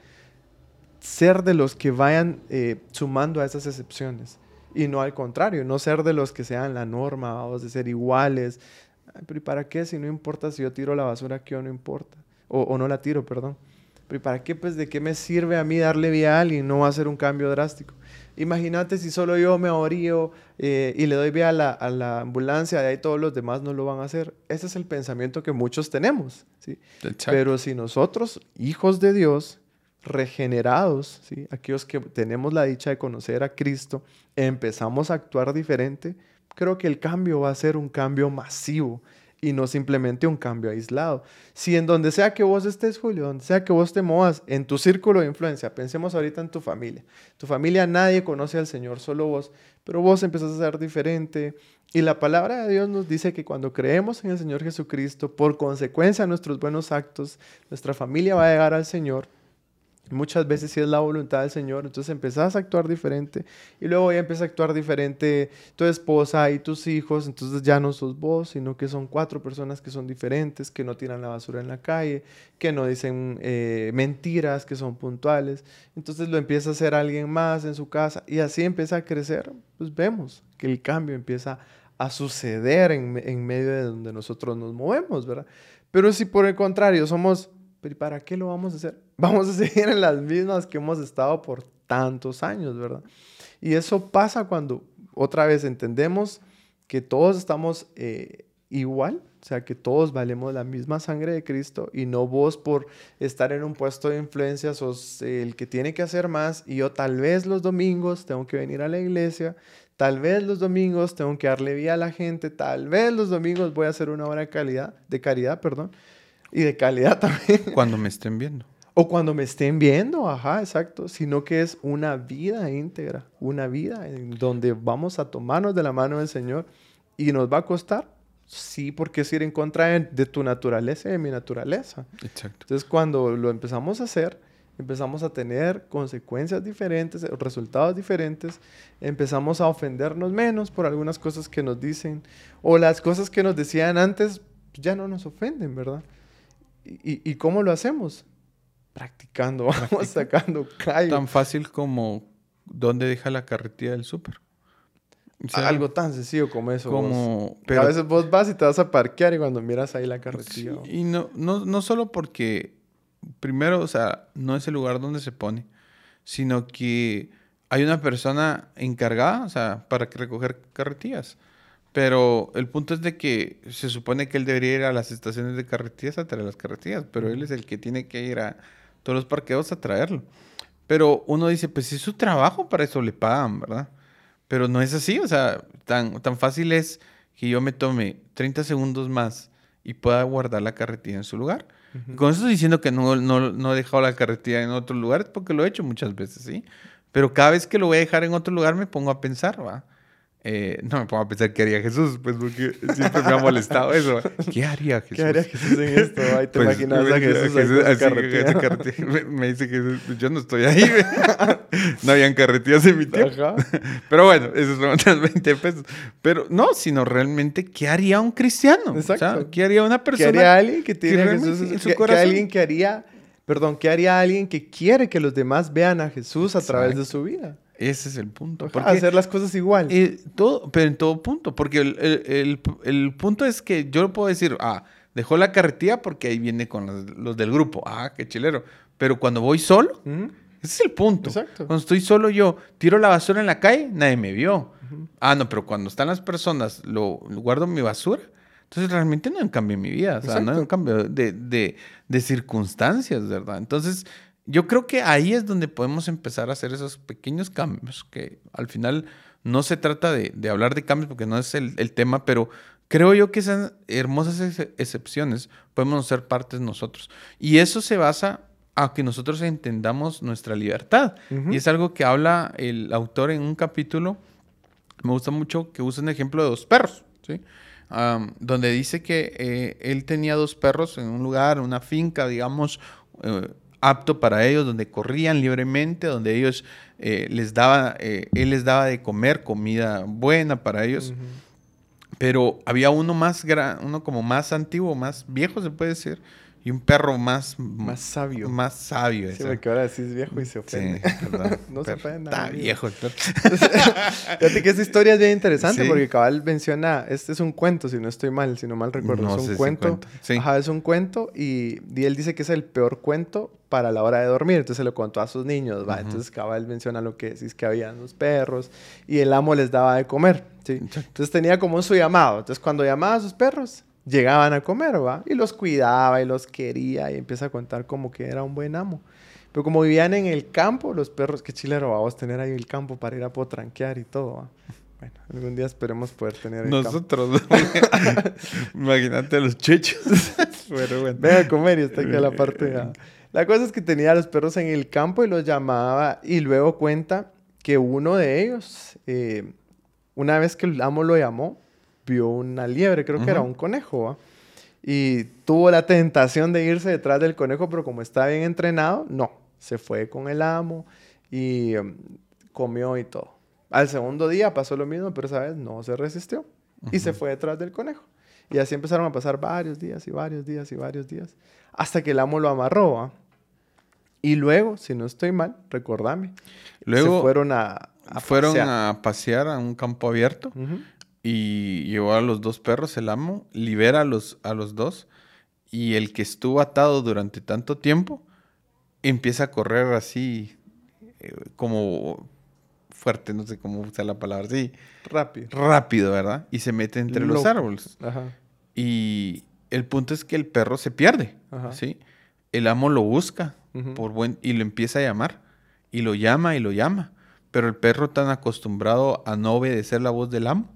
ser de los que vayan sumando a esas excepciones. Y no al contrario, no ser de los que sean la norma, vamos a ser iguales. Ay, pero ¿y para qué? Si no importa si yo tiro la basura aquí o no importa. O no la tiro, perdón. Pero ¿y para qué? Pues ¿de qué me sirve a mí darle vida a alguien? No va a ser un cambio drástico. Imagínate si solo yo me orillo y le doy vía a la ambulancia, de ahí todos los demás no lo van a hacer. Ese es el pensamiento que muchos tenemos, ¿sí? Pero si nosotros, hijos de Dios, regenerados, ¿sí? Aquellos que tenemos la dicha de conocer a Cristo, empezamos a actuar diferente, creo que el cambio va a ser un cambio masivo y no simplemente un cambio aislado. Si en donde sea que vos estés, Julio, donde sea que vos te movas, en tu círculo de influencia, pensemos ahorita en tu familia. Tu familia nadie conoce al Señor, solo vos, pero vos empezás a ser diferente. Y la palabra de Dios nos dice que cuando creemos en el Señor Jesucristo, por consecuencia de nuestros buenos actos, nuestra familia va a llegar al Señor. Muchas veces si es la voluntad del Señor, entonces empezás a actuar diferente y luego ya empieza a actuar diferente tu esposa y tus hijos, entonces ya no sos vos, sino que son 4 personas que son diferentes, que no tiran la basura en la calle, que no dicen mentiras, que son puntuales, entonces lo empieza a hacer alguien más en su casa y así empieza a crecer, pues vemos que el cambio empieza a suceder en medio de donde nosotros nos movemos, ¿verdad? Pero si por el contrario somos... ¿Pero para qué lo vamos a hacer? Vamos a seguir en las mismas que hemos estado por tantos años, ¿verdad? Y eso pasa cuando otra vez entendemos que todos estamos igual, o sea, que todos valemos la misma sangre de Cristo y no vos por estar en un puesto de influencia sos el que tiene que hacer más y yo tal vez los domingos tengo que venir a la iglesia, tal vez los domingos tengo que darle vida a la gente, tal vez los domingos voy a hacer una obra de caridad, y de calidad también. Cuando me estén viendo. O cuando me estén viendo, ajá, exacto. Sino que es una vida íntegra, una vida en donde vamos a tomarnos de la mano del Señor y nos va a costar, sí, porque es ir en contra de tu naturaleza y de mi naturaleza. Exacto. Entonces, cuando lo empezamos a hacer, empezamos a tener consecuencias diferentes, resultados diferentes, empezamos a ofendernos menos por algunas cosas que nos dicen, o las cosas que nos decían antes ya no nos ofenden, ¿verdad? ¿Y cómo lo hacemos? Practicando, vamos sacando callo. Tan fácil como dónde deja la carretilla del súper. O sea, algo tan sencillo como eso. Pero a veces vos vas y te vas a parquear y cuando miras ahí la carretilla. Sí, y no solo porque, primero, o sea, no es el lugar donde se pone, sino que hay una persona encargada, o sea, para recoger carretillas. Pero el punto es de que se supone que él debería ir a las estaciones de carretillas a traer las carretillas, pero él es el que tiene que ir a todos los parqueos a traerlo. Pero uno dice, pues es su trabajo, para eso le pagan, ¿verdad? Pero no es así, o sea, tan fácil es que yo me tome 30 segundos más y pueda guardar la carretilla en su lugar. Uh-huh. Con eso estoy diciendo que no he dejado la carretilla en otro lugar, porque lo he hecho muchas veces, ¿sí? Pero cada vez que lo voy a dejar en otro lugar me pongo a pensar, ¿va? No me pongo a pensar qué haría Jesús, pues porque siempre me ha molestado eso. ¿Qué haría Jesús? ¿Qué haría Jesús en esto? Ahí te pues, imaginas a Jesús así, carretilla. Me dice que yo no estoy ahí. No habían carretillas en mi tiempo. Ajá. Pero bueno, esos son otros 20 pesos. Pero no, sino realmente, ¿qué haría un cristiano? Exacto. O sea, ¿qué haría una persona? ¿Qué haría alguien que tiene a Jesús en su corazón? ¿Qué haría alguien que quiere que los demás vean a Jesús a través de su vida? Ese es el punto. Porque hacer las cosas igual. Pero en todo punto. Porque el punto es que yo puedo decir, dejó la carretilla porque ahí viene con los del grupo. Qué chilero. Pero cuando voy solo, ese es el punto. Exacto. Cuando estoy solo yo, tiro la basura en la calle, nadie me vio. No, pero cuando están las personas, guardo mi basura. Entonces realmente no hay un cambio en mi vida. O sea, no hay un cambio de circunstancias, ¿verdad? Entonces, yo creo que ahí es donde podemos empezar a hacer esos pequeños cambios, que al final no se trata de hablar de cambios porque no es el tema, pero creo yo que esas hermosas excepciones podemos ser partes nosotros. Y eso se basa a que nosotros entendamos nuestra libertad. Y es algo que habla el autor en un capítulo. Me gusta mucho que usa un ejemplo de 2 perros, ¿sí? Donde dice que él tenía 2 perros en un lugar, una finca, digamos, apto para ellos, donde corrían libremente, donde ellos él les daba de comer comida buena para ellos. Pero había uno uno como más antiguo, más viejo, se puede decir, y un perro más sabio. Más sabio. Sí, porque ahora decís viejo y se ofende. Sí, ¿verdad? No se ofende. Está viejo el perro. Fíjate que esa historia es bien interesante porque cabal menciona, este es un cuento, si no mal recuerdo. No es un sé cuento. Sí. Es un cuento y él dice que es el peor cuento para la hora de dormir. Entonces se lo contó a sus niños, ¿va? Entonces cabal menciona lo que decís, que habían los perros y el amo les daba de comer, ¿sí? Entonces tenía como su llamado. Entonces cuando llamaba a sus perros, llegaban a comer, ¿va? Y los cuidaba y los quería y empieza a contar como que era un buen amo. Pero como vivían en el campo, los perros, qué chilero, vamos a tener ahí el campo para ir a potranquear y todo, ¿va? Bueno, algún día esperemos poder tener el nosotros, imagínate los chechos. Pero bueno, ven a comer y está aquí a la parte. La cosa es que tenía a los perros en el campo y los llamaba y luego cuenta que uno de ellos, una vez que el amo lo llamó, vio una liebre, creo que era un conejo, ¿va? Y tuvo la tentación de irse detrás del conejo, pero como estaba bien entrenado, no. Se fue con el amo y comió y todo. Al segundo día pasó lo mismo, pero esa vez no se resistió y se fue detrás del conejo. Y así empezaron a pasar varios días y varios días y varios días, hasta que el amo lo amarró, ¿va? Y luego, si no estoy mal, recordame, luego se fueron a pasear a un campo abierto. Y llevó a los 2 perros, el amo, libera a los 2 y el que estuvo atado durante tanto tiempo empieza a correr así como fuerte, no sé cómo usar la palabra, sí. Rápido, ¿verdad? Y se mete entre los árboles. Y el punto es que el perro se pierde, ¿sí? El amo lo busca y lo empieza a llamar y lo llama, pero el perro tan acostumbrado a no obedecer la voz del amo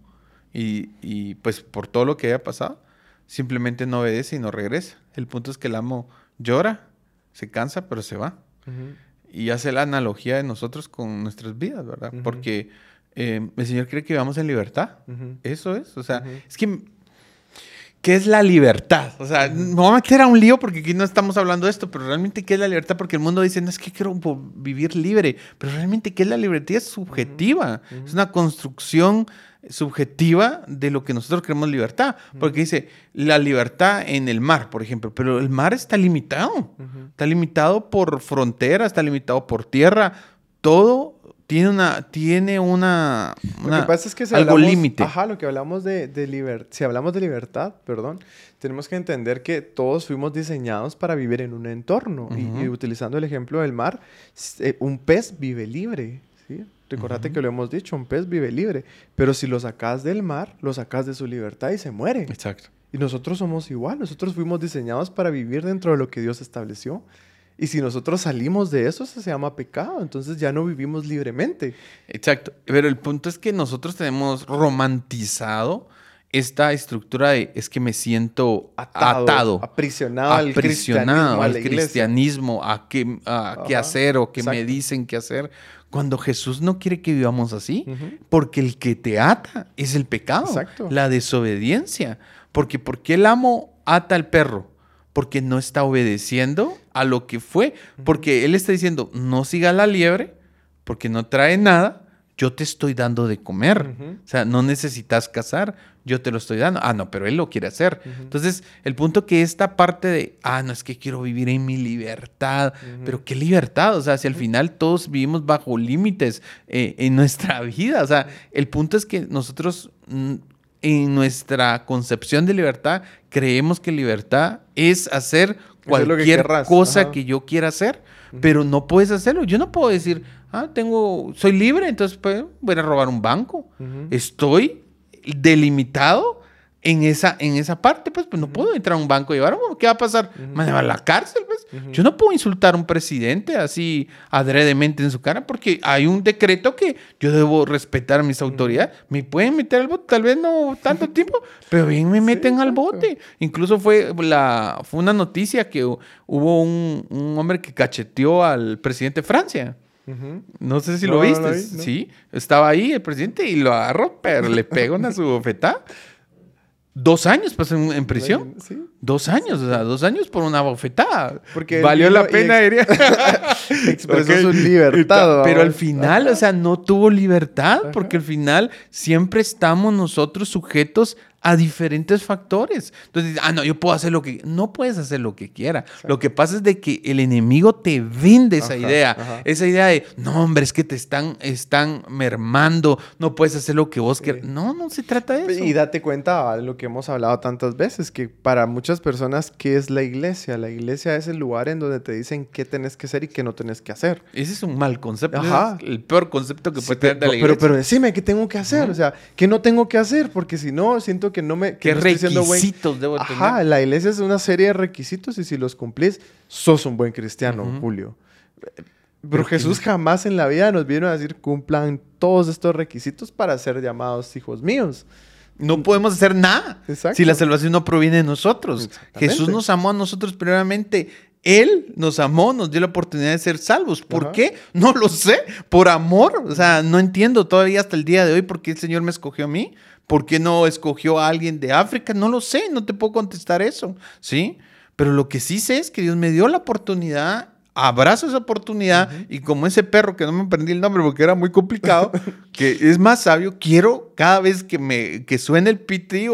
y pues por todo lo que haya pasado, simplemente no obedece y no regresa. El punto es que el amo llora, se cansa, pero se va. Y hace la analogía de nosotros con nuestras vidas, ¿verdad? Porque el Señor quiere que vivamos en libertad. Eso es. O sea, es que... ¿Qué es la libertad? O sea, me voy a meter a un lío porque aquí no estamos hablando de esto, pero realmente, ¿qué es la libertad? Porque el mundo dice, no, es que quiero vivir libre. Pero realmente, ¿qué es la libertad? Es subjetiva. Es una construcción subjetiva de lo que nosotros creemos libertad. Porque dice, la libertad en el mar, por ejemplo. Pero el mar está limitado. Está limitado por fronteras, está limitado por tierra. Todo tiene una lo que pasa es que algo límite. Lo que hablamos si hablamos de libertad, tenemos que entender que todos fuimos diseñados para vivir en un entorno. Y utilizando el ejemplo del mar, un pez vive libre, ¿sí? Recordate que lo hemos dicho, un pez vive libre. Pero si lo sacas del mar, lo sacas de su libertad y se muere. Exacto. Y nosotros somos igual. Nosotros fuimos diseñados para vivir dentro de lo que Dios estableció. Y si nosotros salimos de eso, se llama pecado. Entonces ya no vivimos libremente. Exacto. Pero el punto es que nosotros tenemos romantizado esta estructura de es que me siento atado aprisionado al cristianismo, a qué hacer o qué me dicen qué hacer. Cuando Jesús no quiere que vivamos así, porque el que te ata es el pecado, la desobediencia. Porque ¿por qué el amo ata al perro? Porque no está obedeciendo a lo que fue. Porque él está diciendo, no siga la liebre, porque no trae nada. yo te estoy dando de comer. Ujú. O sea, no necesitas casar, yo te lo estoy dando. Ah, no, pero él lo quiere hacer. Entonces, el punto que esta parte de, no, es que quiero vivir en mi libertad. Pero ¿qué libertad? O sea, si al final todos vivimos bajo límites en nuestra vida. O sea, el punto es que nosotros en nuestra concepción de libertad creemos que libertad es hacer cualquier cosa que yo quiera hacer, pero no puedes hacerlo. Yo no puedo decir, soy libre, entonces pues, voy a robar un banco. Estoy delimitado en esa parte, pues no puedo entrar a un banco y llevar, ¿qué va a pasar? Me van a llevar a la cárcel, pues. Yo no puedo insultar a un presidente así adredemente en su cara porque hay un decreto que yo debo respetar a mis autoridades. Me pueden meter al bote, tal vez no tanto tiempo, pero bien me meten al bote. Incluso fue una noticia que hubo un hombre que cacheteó al presidente de Francia. No sé si lo viste. No. Sí, estaba ahí el presidente y lo agarró, pero le pegó una su bofetada. 2 años pasó en prisión. ¿Sí? 2 años, o sea, 2 años por una bofetada. Porque valió la pena, diría. Expresó su libertad. Pero al final, o sea, no tuvo libertad, porque al final siempre estamos nosotros sujetos a diferentes factores. Entonces, no, yo puedo hacer lo que... No puedes hacer lo que quieras. Exacto. Lo que pasa es de que el enemigo te vende esa idea. Esa idea de, no, hombre, es que te están mermando. No puedes hacer lo que vos quieras. No se trata de eso. Y date cuenta de lo que hemos hablado tantas veces, que para muchas personas, ¿qué es la iglesia? La iglesia es el lugar en donde te dicen qué tenés que hacer y qué no tenés que hacer. Ese es un mal concepto. Es el peor concepto que puede tener de la iglesia. Pero decime, ¿qué tengo que hacer? O sea, ¿qué no tengo que hacer? Porque si no, siento que no me... ¿Qué requisitos debo tener? La iglesia es una serie de requisitos y si los cumplís, sos un buen cristiano, Julio. Pero Jesús jamás en la vida nos vino a decir cumplan todos estos requisitos para ser llamados hijos míos. No podemos hacer nada. Exacto. Si la salvación no proviene de nosotros. Jesús nos amó a nosotros primeramente. Él nos amó, nos dio la oportunidad de ser salvos. ¿Por qué? No lo sé. Por amor. O sea, no entiendo todavía hasta el día de hoy por qué el Señor me escogió a mí. ¿Por qué no escogió a alguien de África? No lo sé, no te puedo contestar eso, ¿sí? Pero lo que sí sé es que Dios me dio la oportunidad, abrazo esa oportunidad, y como ese perro que no me aprendí el nombre porque era muy complicado, que es más sabio, quiero cada vez que suene el piti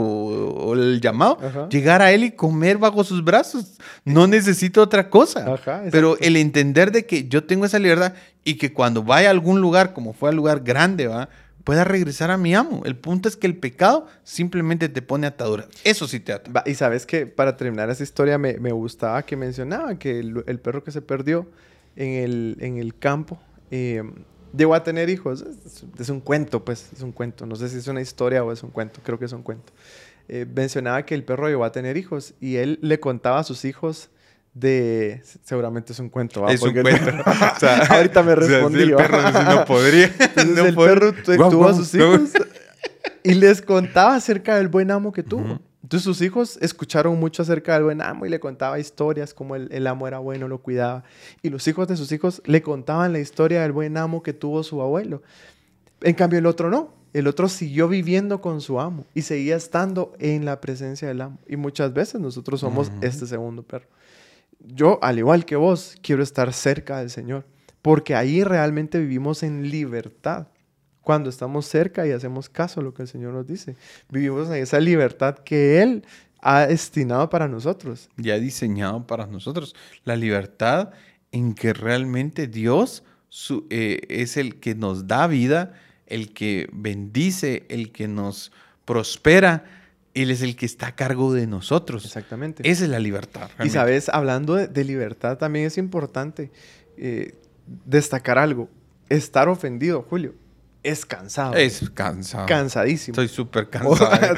o el llamado, llegar a él y comer bajo sus brazos. No necesito otra cosa. Pero el entender de que yo tengo esa libertad y que cuando vaya a algún lugar, como fue al lugar grande, pueda regresar a mi amo. El punto es que el pecado simplemente te pone atadura. Eso sí te ata. Y sabes que para terminar esa historia me gustaba que mencionaba que el perro que se perdió en el campo llegó a tener hijos. Es un cuento, pues. Es un cuento. No sé si es una historia o es un cuento. Creo que es un cuento. Mencionaba que el perro llegó a tener hijos y él le contaba a sus hijos seguramente es un cuento. Es un cuento. O sea, ahorita me respondí. El perro no podría. Entonces el perro tuvo a sus hijos y les contaba acerca del buen amo que tuvo. Entonces sus hijos escucharon mucho acerca del buen amo y le contaba historias como el amo era bueno, lo cuidaba. Y los hijos de sus hijos le contaban la historia del buen amo que tuvo su abuelo. En cambio el otro no. El otro siguió viviendo con su amo y seguía estando en la presencia del amo. Y muchas veces nosotros somos este segundo perro. Yo, al igual que vos, quiero estar cerca del Señor, porque ahí realmente vivimos en libertad. Cuando estamos cerca y hacemos caso a lo que el Señor nos dice, vivimos en esa libertad que Él ha destinado para nosotros. Ya ha diseñado para nosotros. La libertad en que realmente Dios es el que nos da vida, el que bendice, el que nos prospera. Él es el que está a cargo de nosotros. Exactamente. Esa es la libertad. Realmente. Y sabes, hablando de libertad, también es importante destacar algo. Estar ofendido, Julio, es cansado. Es cansado. Cansadísimo. Estoy súper cansado.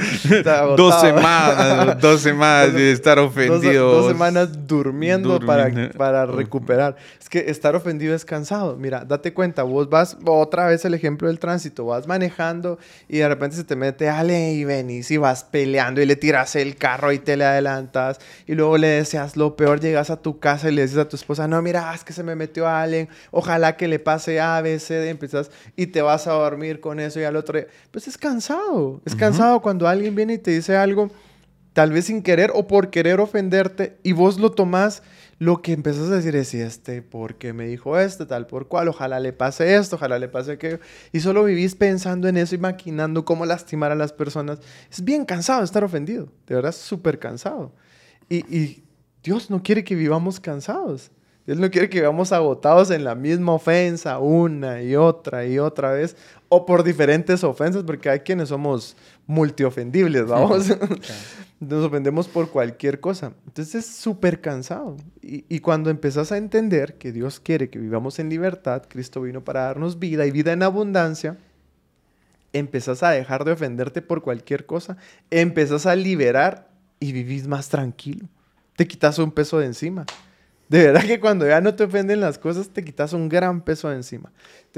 2 semanas de estar ofendido. 2 semanas durmiendo. Para recuperar. Es que estar ofendido es cansado. Mira, date cuenta, vos vas, otra vez el ejemplo del tránsito, vas manejando y de repente se te mete alguien y venís y vas peleando y le tiras el carro y te le adelantas y luego le deseas lo peor, llegas a tu casa y le dices a tu esposa, no, mira, es que se me metió alguien, ojalá que le pase A, B, C, D, empiezas y te vas a dormir con eso y al otro día. Pues es cansado. Es cansado cuando alguien viene y te dice algo, tal vez sin querer o por querer ofenderte, y vos lo tomás lo que empezás a decir es, ¿y por qué me dijo tal por cual? Ojalá le pase esto, ojalá le pase aquello. Y solo vivís pensando en eso y maquinando cómo lastimar a las personas. Es bien cansado de estar ofendido. De verdad, es súper cansado. Y Dios no quiere que vivamos cansados. Dios no quiere que vivamos agotados en la misma ofensa una y otra vez. O por diferentes ofensas, porque hay quienes somos multiofendibles, vamos. Nos ofendemos por cualquier cosa. Entonces es súper cansado. Y cuando empezás a entender que Dios quiere que vivamos en libertad, Cristo vino para darnos vida y vida en abundancia, empezás a dejar de ofenderte por cualquier cosa, empezás a liberar y vivís más tranquilo. Te quitas un peso de encima. De verdad que cuando ya no te ofenden las cosas, te quitas un gran peso de encima.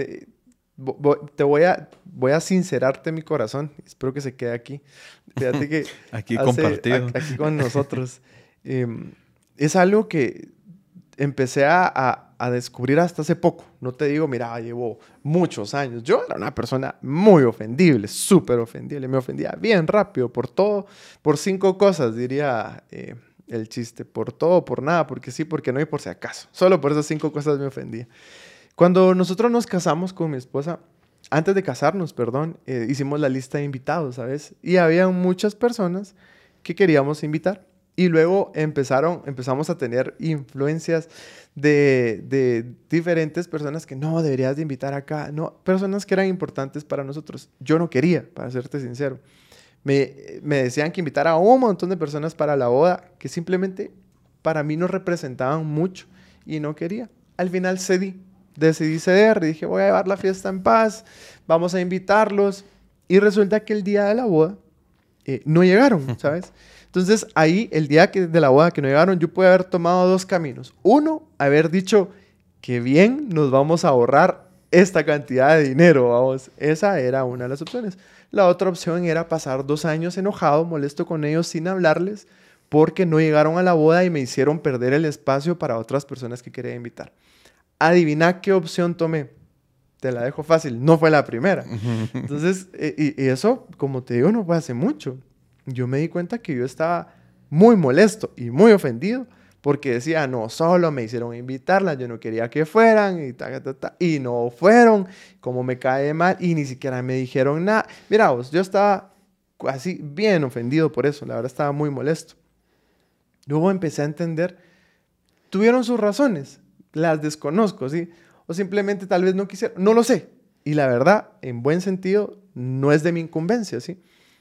Voy a sincerarte mi corazón. Espero que se quede aquí. Fíjate que aquí compartido. Aquí con nosotros. Es algo que empecé a descubrir hasta hace poco. No te digo, mira, llevo muchos años. Yo era una persona muy ofendible, súper ofendible. Me ofendía bien rápido por todo, por 5 cosas, diría el chiste. Por todo, por nada, porque sí, porque no y por si acaso. Solo por esas 5 cosas me ofendía. Cuando nosotros nos casamos con mi esposa, antes de casarnos, perdón, hicimos la lista de invitados, ¿sabes? Y había muchas personas que queríamos invitar. Y luego empezamos a tener influencias de diferentes personas que no deberías de invitar acá. No, personas que eran importantes para nosotros. Yo no quería, para serte sincero. Me decían que invitara a un montón de personas para la boda que simplemente para mí no representaban mucho y no quería. Al final decidí ceder y dije, voy a llevar la fiesta en paz, vamos a invitarlos. Y resulta que el día de la boda no llegaron, ¿sabes? Entonces ahí, el día de la boda que no llegaron, yo pude haber tomado 2 caminos. Uno, haber dicho que bien nos vamos a ahorrar esta cantidad de dinero, vamos. Esa era una de las opciones. La otra opción era pasar 2 años enojado, molesto con ellos sin hablarles porque no llegaron a la boda y me hicieron perder el espacio para otras personas que quería invitar. Adivina qué opción tomé. Te la dejo fácil. No fue la primera. Entonces, y eso, como te digo, no fue hace mucho. Yo me di cuenta que yo estaba muy molesto y muy ofendido porque decía, no, solo me hicieron invitarla, yo no quería que fueran y no fueron, como me cae mal y ni siquiera me dijeron nada. Mira vos, yo estaba así bien ofendido por eso, la verdad estaba muy molesto. Luego empecé a entender, tuvieron sus razones, las desconozco, ¿sí? O simplemente tal vez no quisieron, no lo sé. Y la verdad, en buen sentido, no es de mi incumbencia, ¿sí?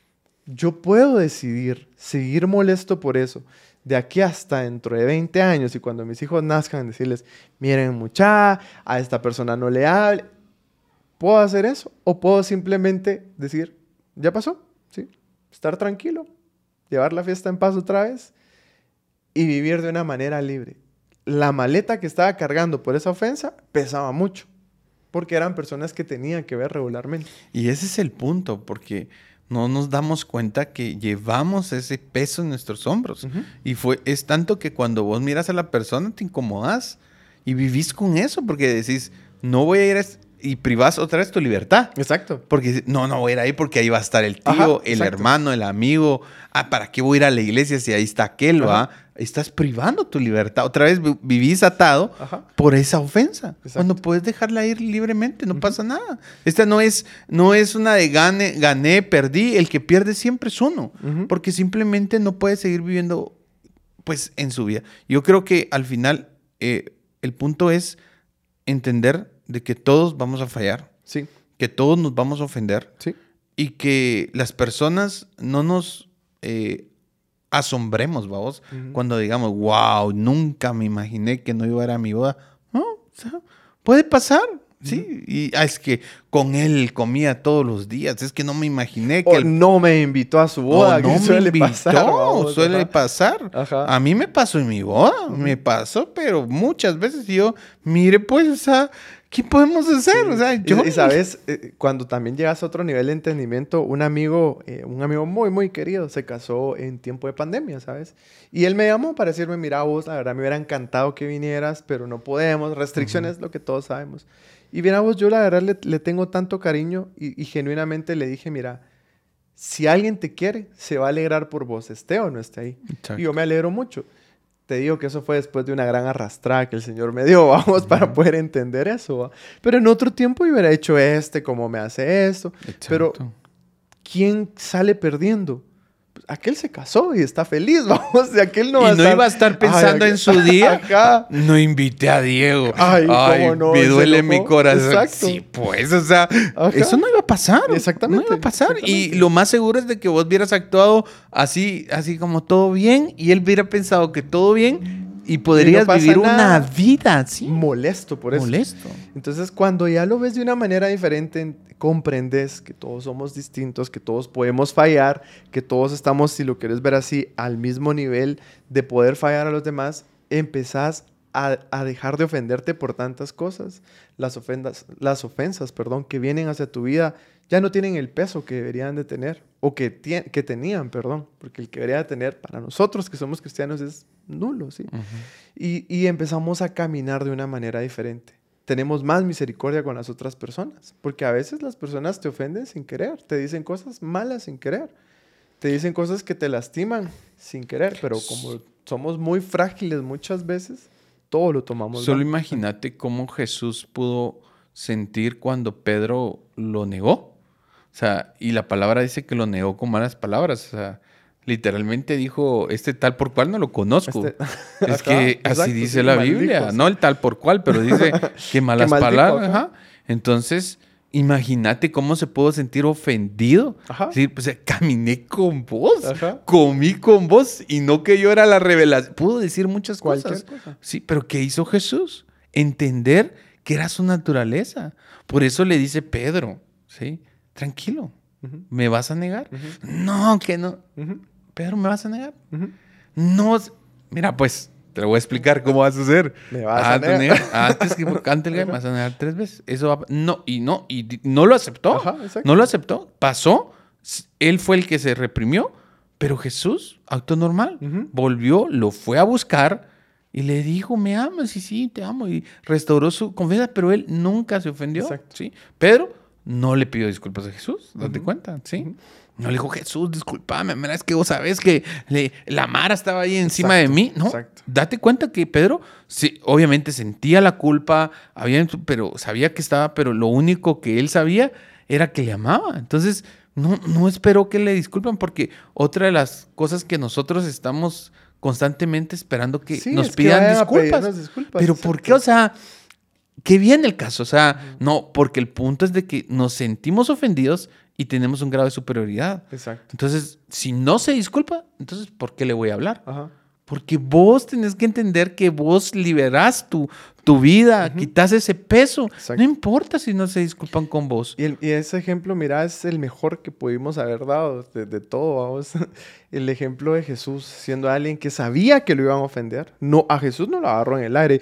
Yo puedo decidir seguir molesto por eso de aquí hasta dentro de 20 años y cuando mis hijos nazcan decirles, miren muchacha, a esta persona no le hable. ¿Puedo hacer eso? ¿O puedo simplemente decir, ya pasó? ¿Sí? Estar tranquilo, llevar la fiesta en paz otra vez y vivir de una manera libre. La maleta que estaba cargando por esa ofensa pesaba mucho porque eran personas que tenían que ver regularmente. Y ese es el punto, porque no nos damos cuenta que llevamos ese peso en nuestros hombros. Y es tanto que cuando vos miras a la persona te incomodas y vivís con eso porque decís, no voy a ir y privás otra vez tu libertad. Exacto. Porque no voy a ir ahí porque ahí va a estar el tío, el hermano, el amigo. ¿Para qué voy a ir a la iglesia si ahí está aquel, va? Estás privando tu libertad. Otra vez vivís atado por esa ofensa. Exacto. Cuando puedes dejarla ir libremente, no pasa nada. Esta no es una de gané, perdí. El que pierde siempre es uno. Porque simplemente no puede seguir viviendo pues, en su vida. Yo creo que al final el punto es entender de que todos vamos a fallar. Sí. Que todos nos vamos a ofender. Sí. Y que las personas no nos asombremos, vamos, cuando digamos, wow, nunca me imaginé que no iba a ir a mi boda. No, o sea, puede pasar, sí. Y es que con él comía todos los días, es que no me imaginé que... no me invitó a su boda, no que suele pasar. Vamos, suele pasar. A mí me pasó en mi boda, me pasó, pero muchas veces yo, mire, pues, o sea, ¿qué podemos hacer? Sí. O sea, y sabes, cuando también llegas a otro nivel de entendimiento, un amigo muy, muy querido se casó en tiempo de pandemia, ¿sabes? Y él me llamó para decirme, mira vos, la verdad me hubiera encantado que vinieras, pero no podemos, restricciones, lo que todos sabemos. Y mira vos, yo la verdad le tengo tanto cariño y genuinamente le dije, mira, si alguien te quiere, se va a alegrar por vos, esté o no esté ahí. Exacto. Y yo me alegro mucho. Te digo que eso fue después de una gran arrastrada que el Señor me dio, vamos, para poder entender eso. ¿va? Pero en otro tiempo yo hubiera hecho como me hace esto. Exacto. Pero ¿quién sale perdiendo? Pues aquel se casó y está feliz, vamos. Y aquel no va a estar... iba a estar pensando en su día. Acá. No invité a Diego. Ay, cómo no. Me duele mi corazón. Exacto. Sí, pues, o sea, Ajá. eso no iba a pasar. Exactamente. No iba a pasar. Exactamente. Y lo más seguro es de que vos hubieras actuado así como todo bien, y él hubiera pensado que todo bien, y podrías vivir una vida así. Molesto por eso. Molesto. Entonces, cuando ya lo ves de una manera diferente, comprendes que todos somos distintos, que todos podemos fallar, que todos estamos, si lo quieres ver así, al mismo nivel de poder fallar a los demás, empezás a dejar de ofenderte por tantas cosas. Las ofensas, que vienen hacia tu vida ya no tienen el peso que deberían de tener, o que tenían, porque el que debería de tener para nosotros que somos cristianos es nulo, ¿sí? Uh-huh. Y empezamos a caminar de una manera diferente. Tenemos más misericordia con las otras personas, porque a veces las personas te ofenden sin querer, te dicen cosas malas sin querer, te dicen cosas que te lastiman sin querer, pero como somos muy frágiles muchas veces, todo lo tomamos Solo mal. imagínate cómo Jesús pudo sentir cuando Pedro lo negó. O sea, y la palabra dice que lo negó con malas palabras. O sea, literalmente dijo, este tal por cual no lo conozco. Es Ajá, que exacto, así dice sí, la maldijo, Biblia. sí. No el tal por cual, pero dice que malas maldijo, palabras. ajá. Ajá. Entonces, imagínate cómo se pudo sentir ofendido. Ajá. Es decir, pues caminé con vos, Ajá. comí con vos, y no que yo era la revelación. Pudo decir muchas Cualquier cosas. cosa. Sí, pero ¿qué hizo Jesús? Entender que era su naturaleza. Por eso le dice Pedro, ¿sí? Tranquilo, Uh-huh. ¿me vas a negar? Uh-huh. No, que no. Uh-huh. Pedro, ¿me vas a negar? Uh-huh. No. Mira, pues, te lo voy a explicar cómo vas a hacer. Me vas a negar. Antes que cante el gallo, me vas a negar 3 veces. Eso va. No lo aceptó. Ajá, exacto. No lo aceptó. Pasó. Él fue el que se reprimió. Pero Jesús actuó normal. Uh-huh. Volvió, lo fue a buscar y le dijo, me amas, y sí, te amo. Y restauró su confianza, pero él nunca se ofendió. Exacto. ¿Sí? Pedro no le pidió disculpas a Jesús, date Uh-huh. cuenta, ¿sí? Uh-huh. No le dijo, Jesús, discúlpame, mira, es que vos sabés que la Mara estaba ahí encima Exacto, de mí. No, exacto. date cuenta que Pedro, sí, obviamente sentía la culpa, pero sabía que estaba, pero lo único que él sabía era que le amaba. Entonces, no esperó que le disculpen, porque otra de las cosas que nosotros estamos constantemente esperando que Sí, nos es que pidan vayan a disculpas. pedirnos disculpas, Pero exacto. ¿por qué? O sea, qué bien el caso. O sea, no, porque el punto es de que nos sentimos ofendidos y tenemos un grado de superioridad. Exacto. Entonces, si no se disculpa, entonces, ¿por qué le voy a hablar? Ajá. Porque vos tenés que entender que vos liberás tu vida, Ujú. quitas ese peso. Exacto. No importa si no se disculpan con vos. Y ese ejemplo, mira, es el mejor que pudimos haber dado de todo, vamos. El ejemplo de Jesús, siendo alguien que sabía que lo iban a ofender. No, a Jesús no lo agarró en el aire.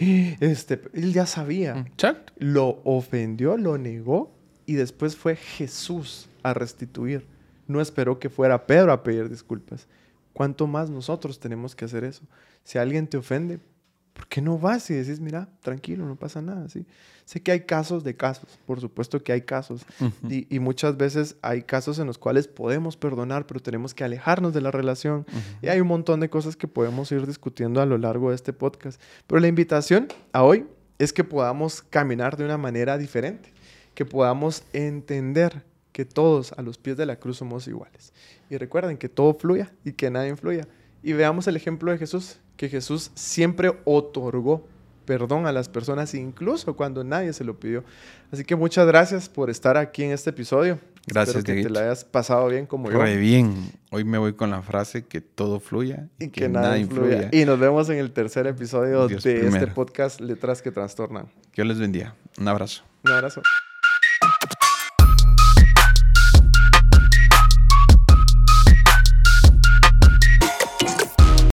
Él ya sabía. Exacto. Lo ofendió, lo negó, y después fue Jesús a restituir. No esperó que fuera Pedro a pedir disculpas. ¿Cuánto más nosotros tenemos que hacer eso? Si alguien te ofende, ¿por qué no vas y decís, mira, tranquilo, no pasa nada? ¿sí? Sé que hay casos de casos, por supuesto que hay casos. Ujú. Y muchas veces hay casos en los cuales podemos perdonar, pero tenemos que alejarnos de la relación. Ujú. Y hay un montón de cosas que podemos ir discutiendo a lo largo de este podcast. Pero la invitación a hoy es que podamos caminar de una manera diferente, que podamos entender que todos a los pies de la cruz somos iguales. Y recuerden que todo fluya y que nada influya. Y veamos el ejemplo de Jesús, que Jesús siempre otorgó perdón a las personas, incluso cuando nadie se lo pidió. Así que muchas gracias por estar aquí en este episodio. Gracias, Espero que Dieguito. te la hayas pasado bien como yo. Re bien. Hoy me voy con la frase que todo fluya Y que nada influya. Y nos vemos en el tercer episodio Dios de este primero. podcast, Letras que Trastornan. Que Dios les bendiga. Un abrazo. Un abrazo.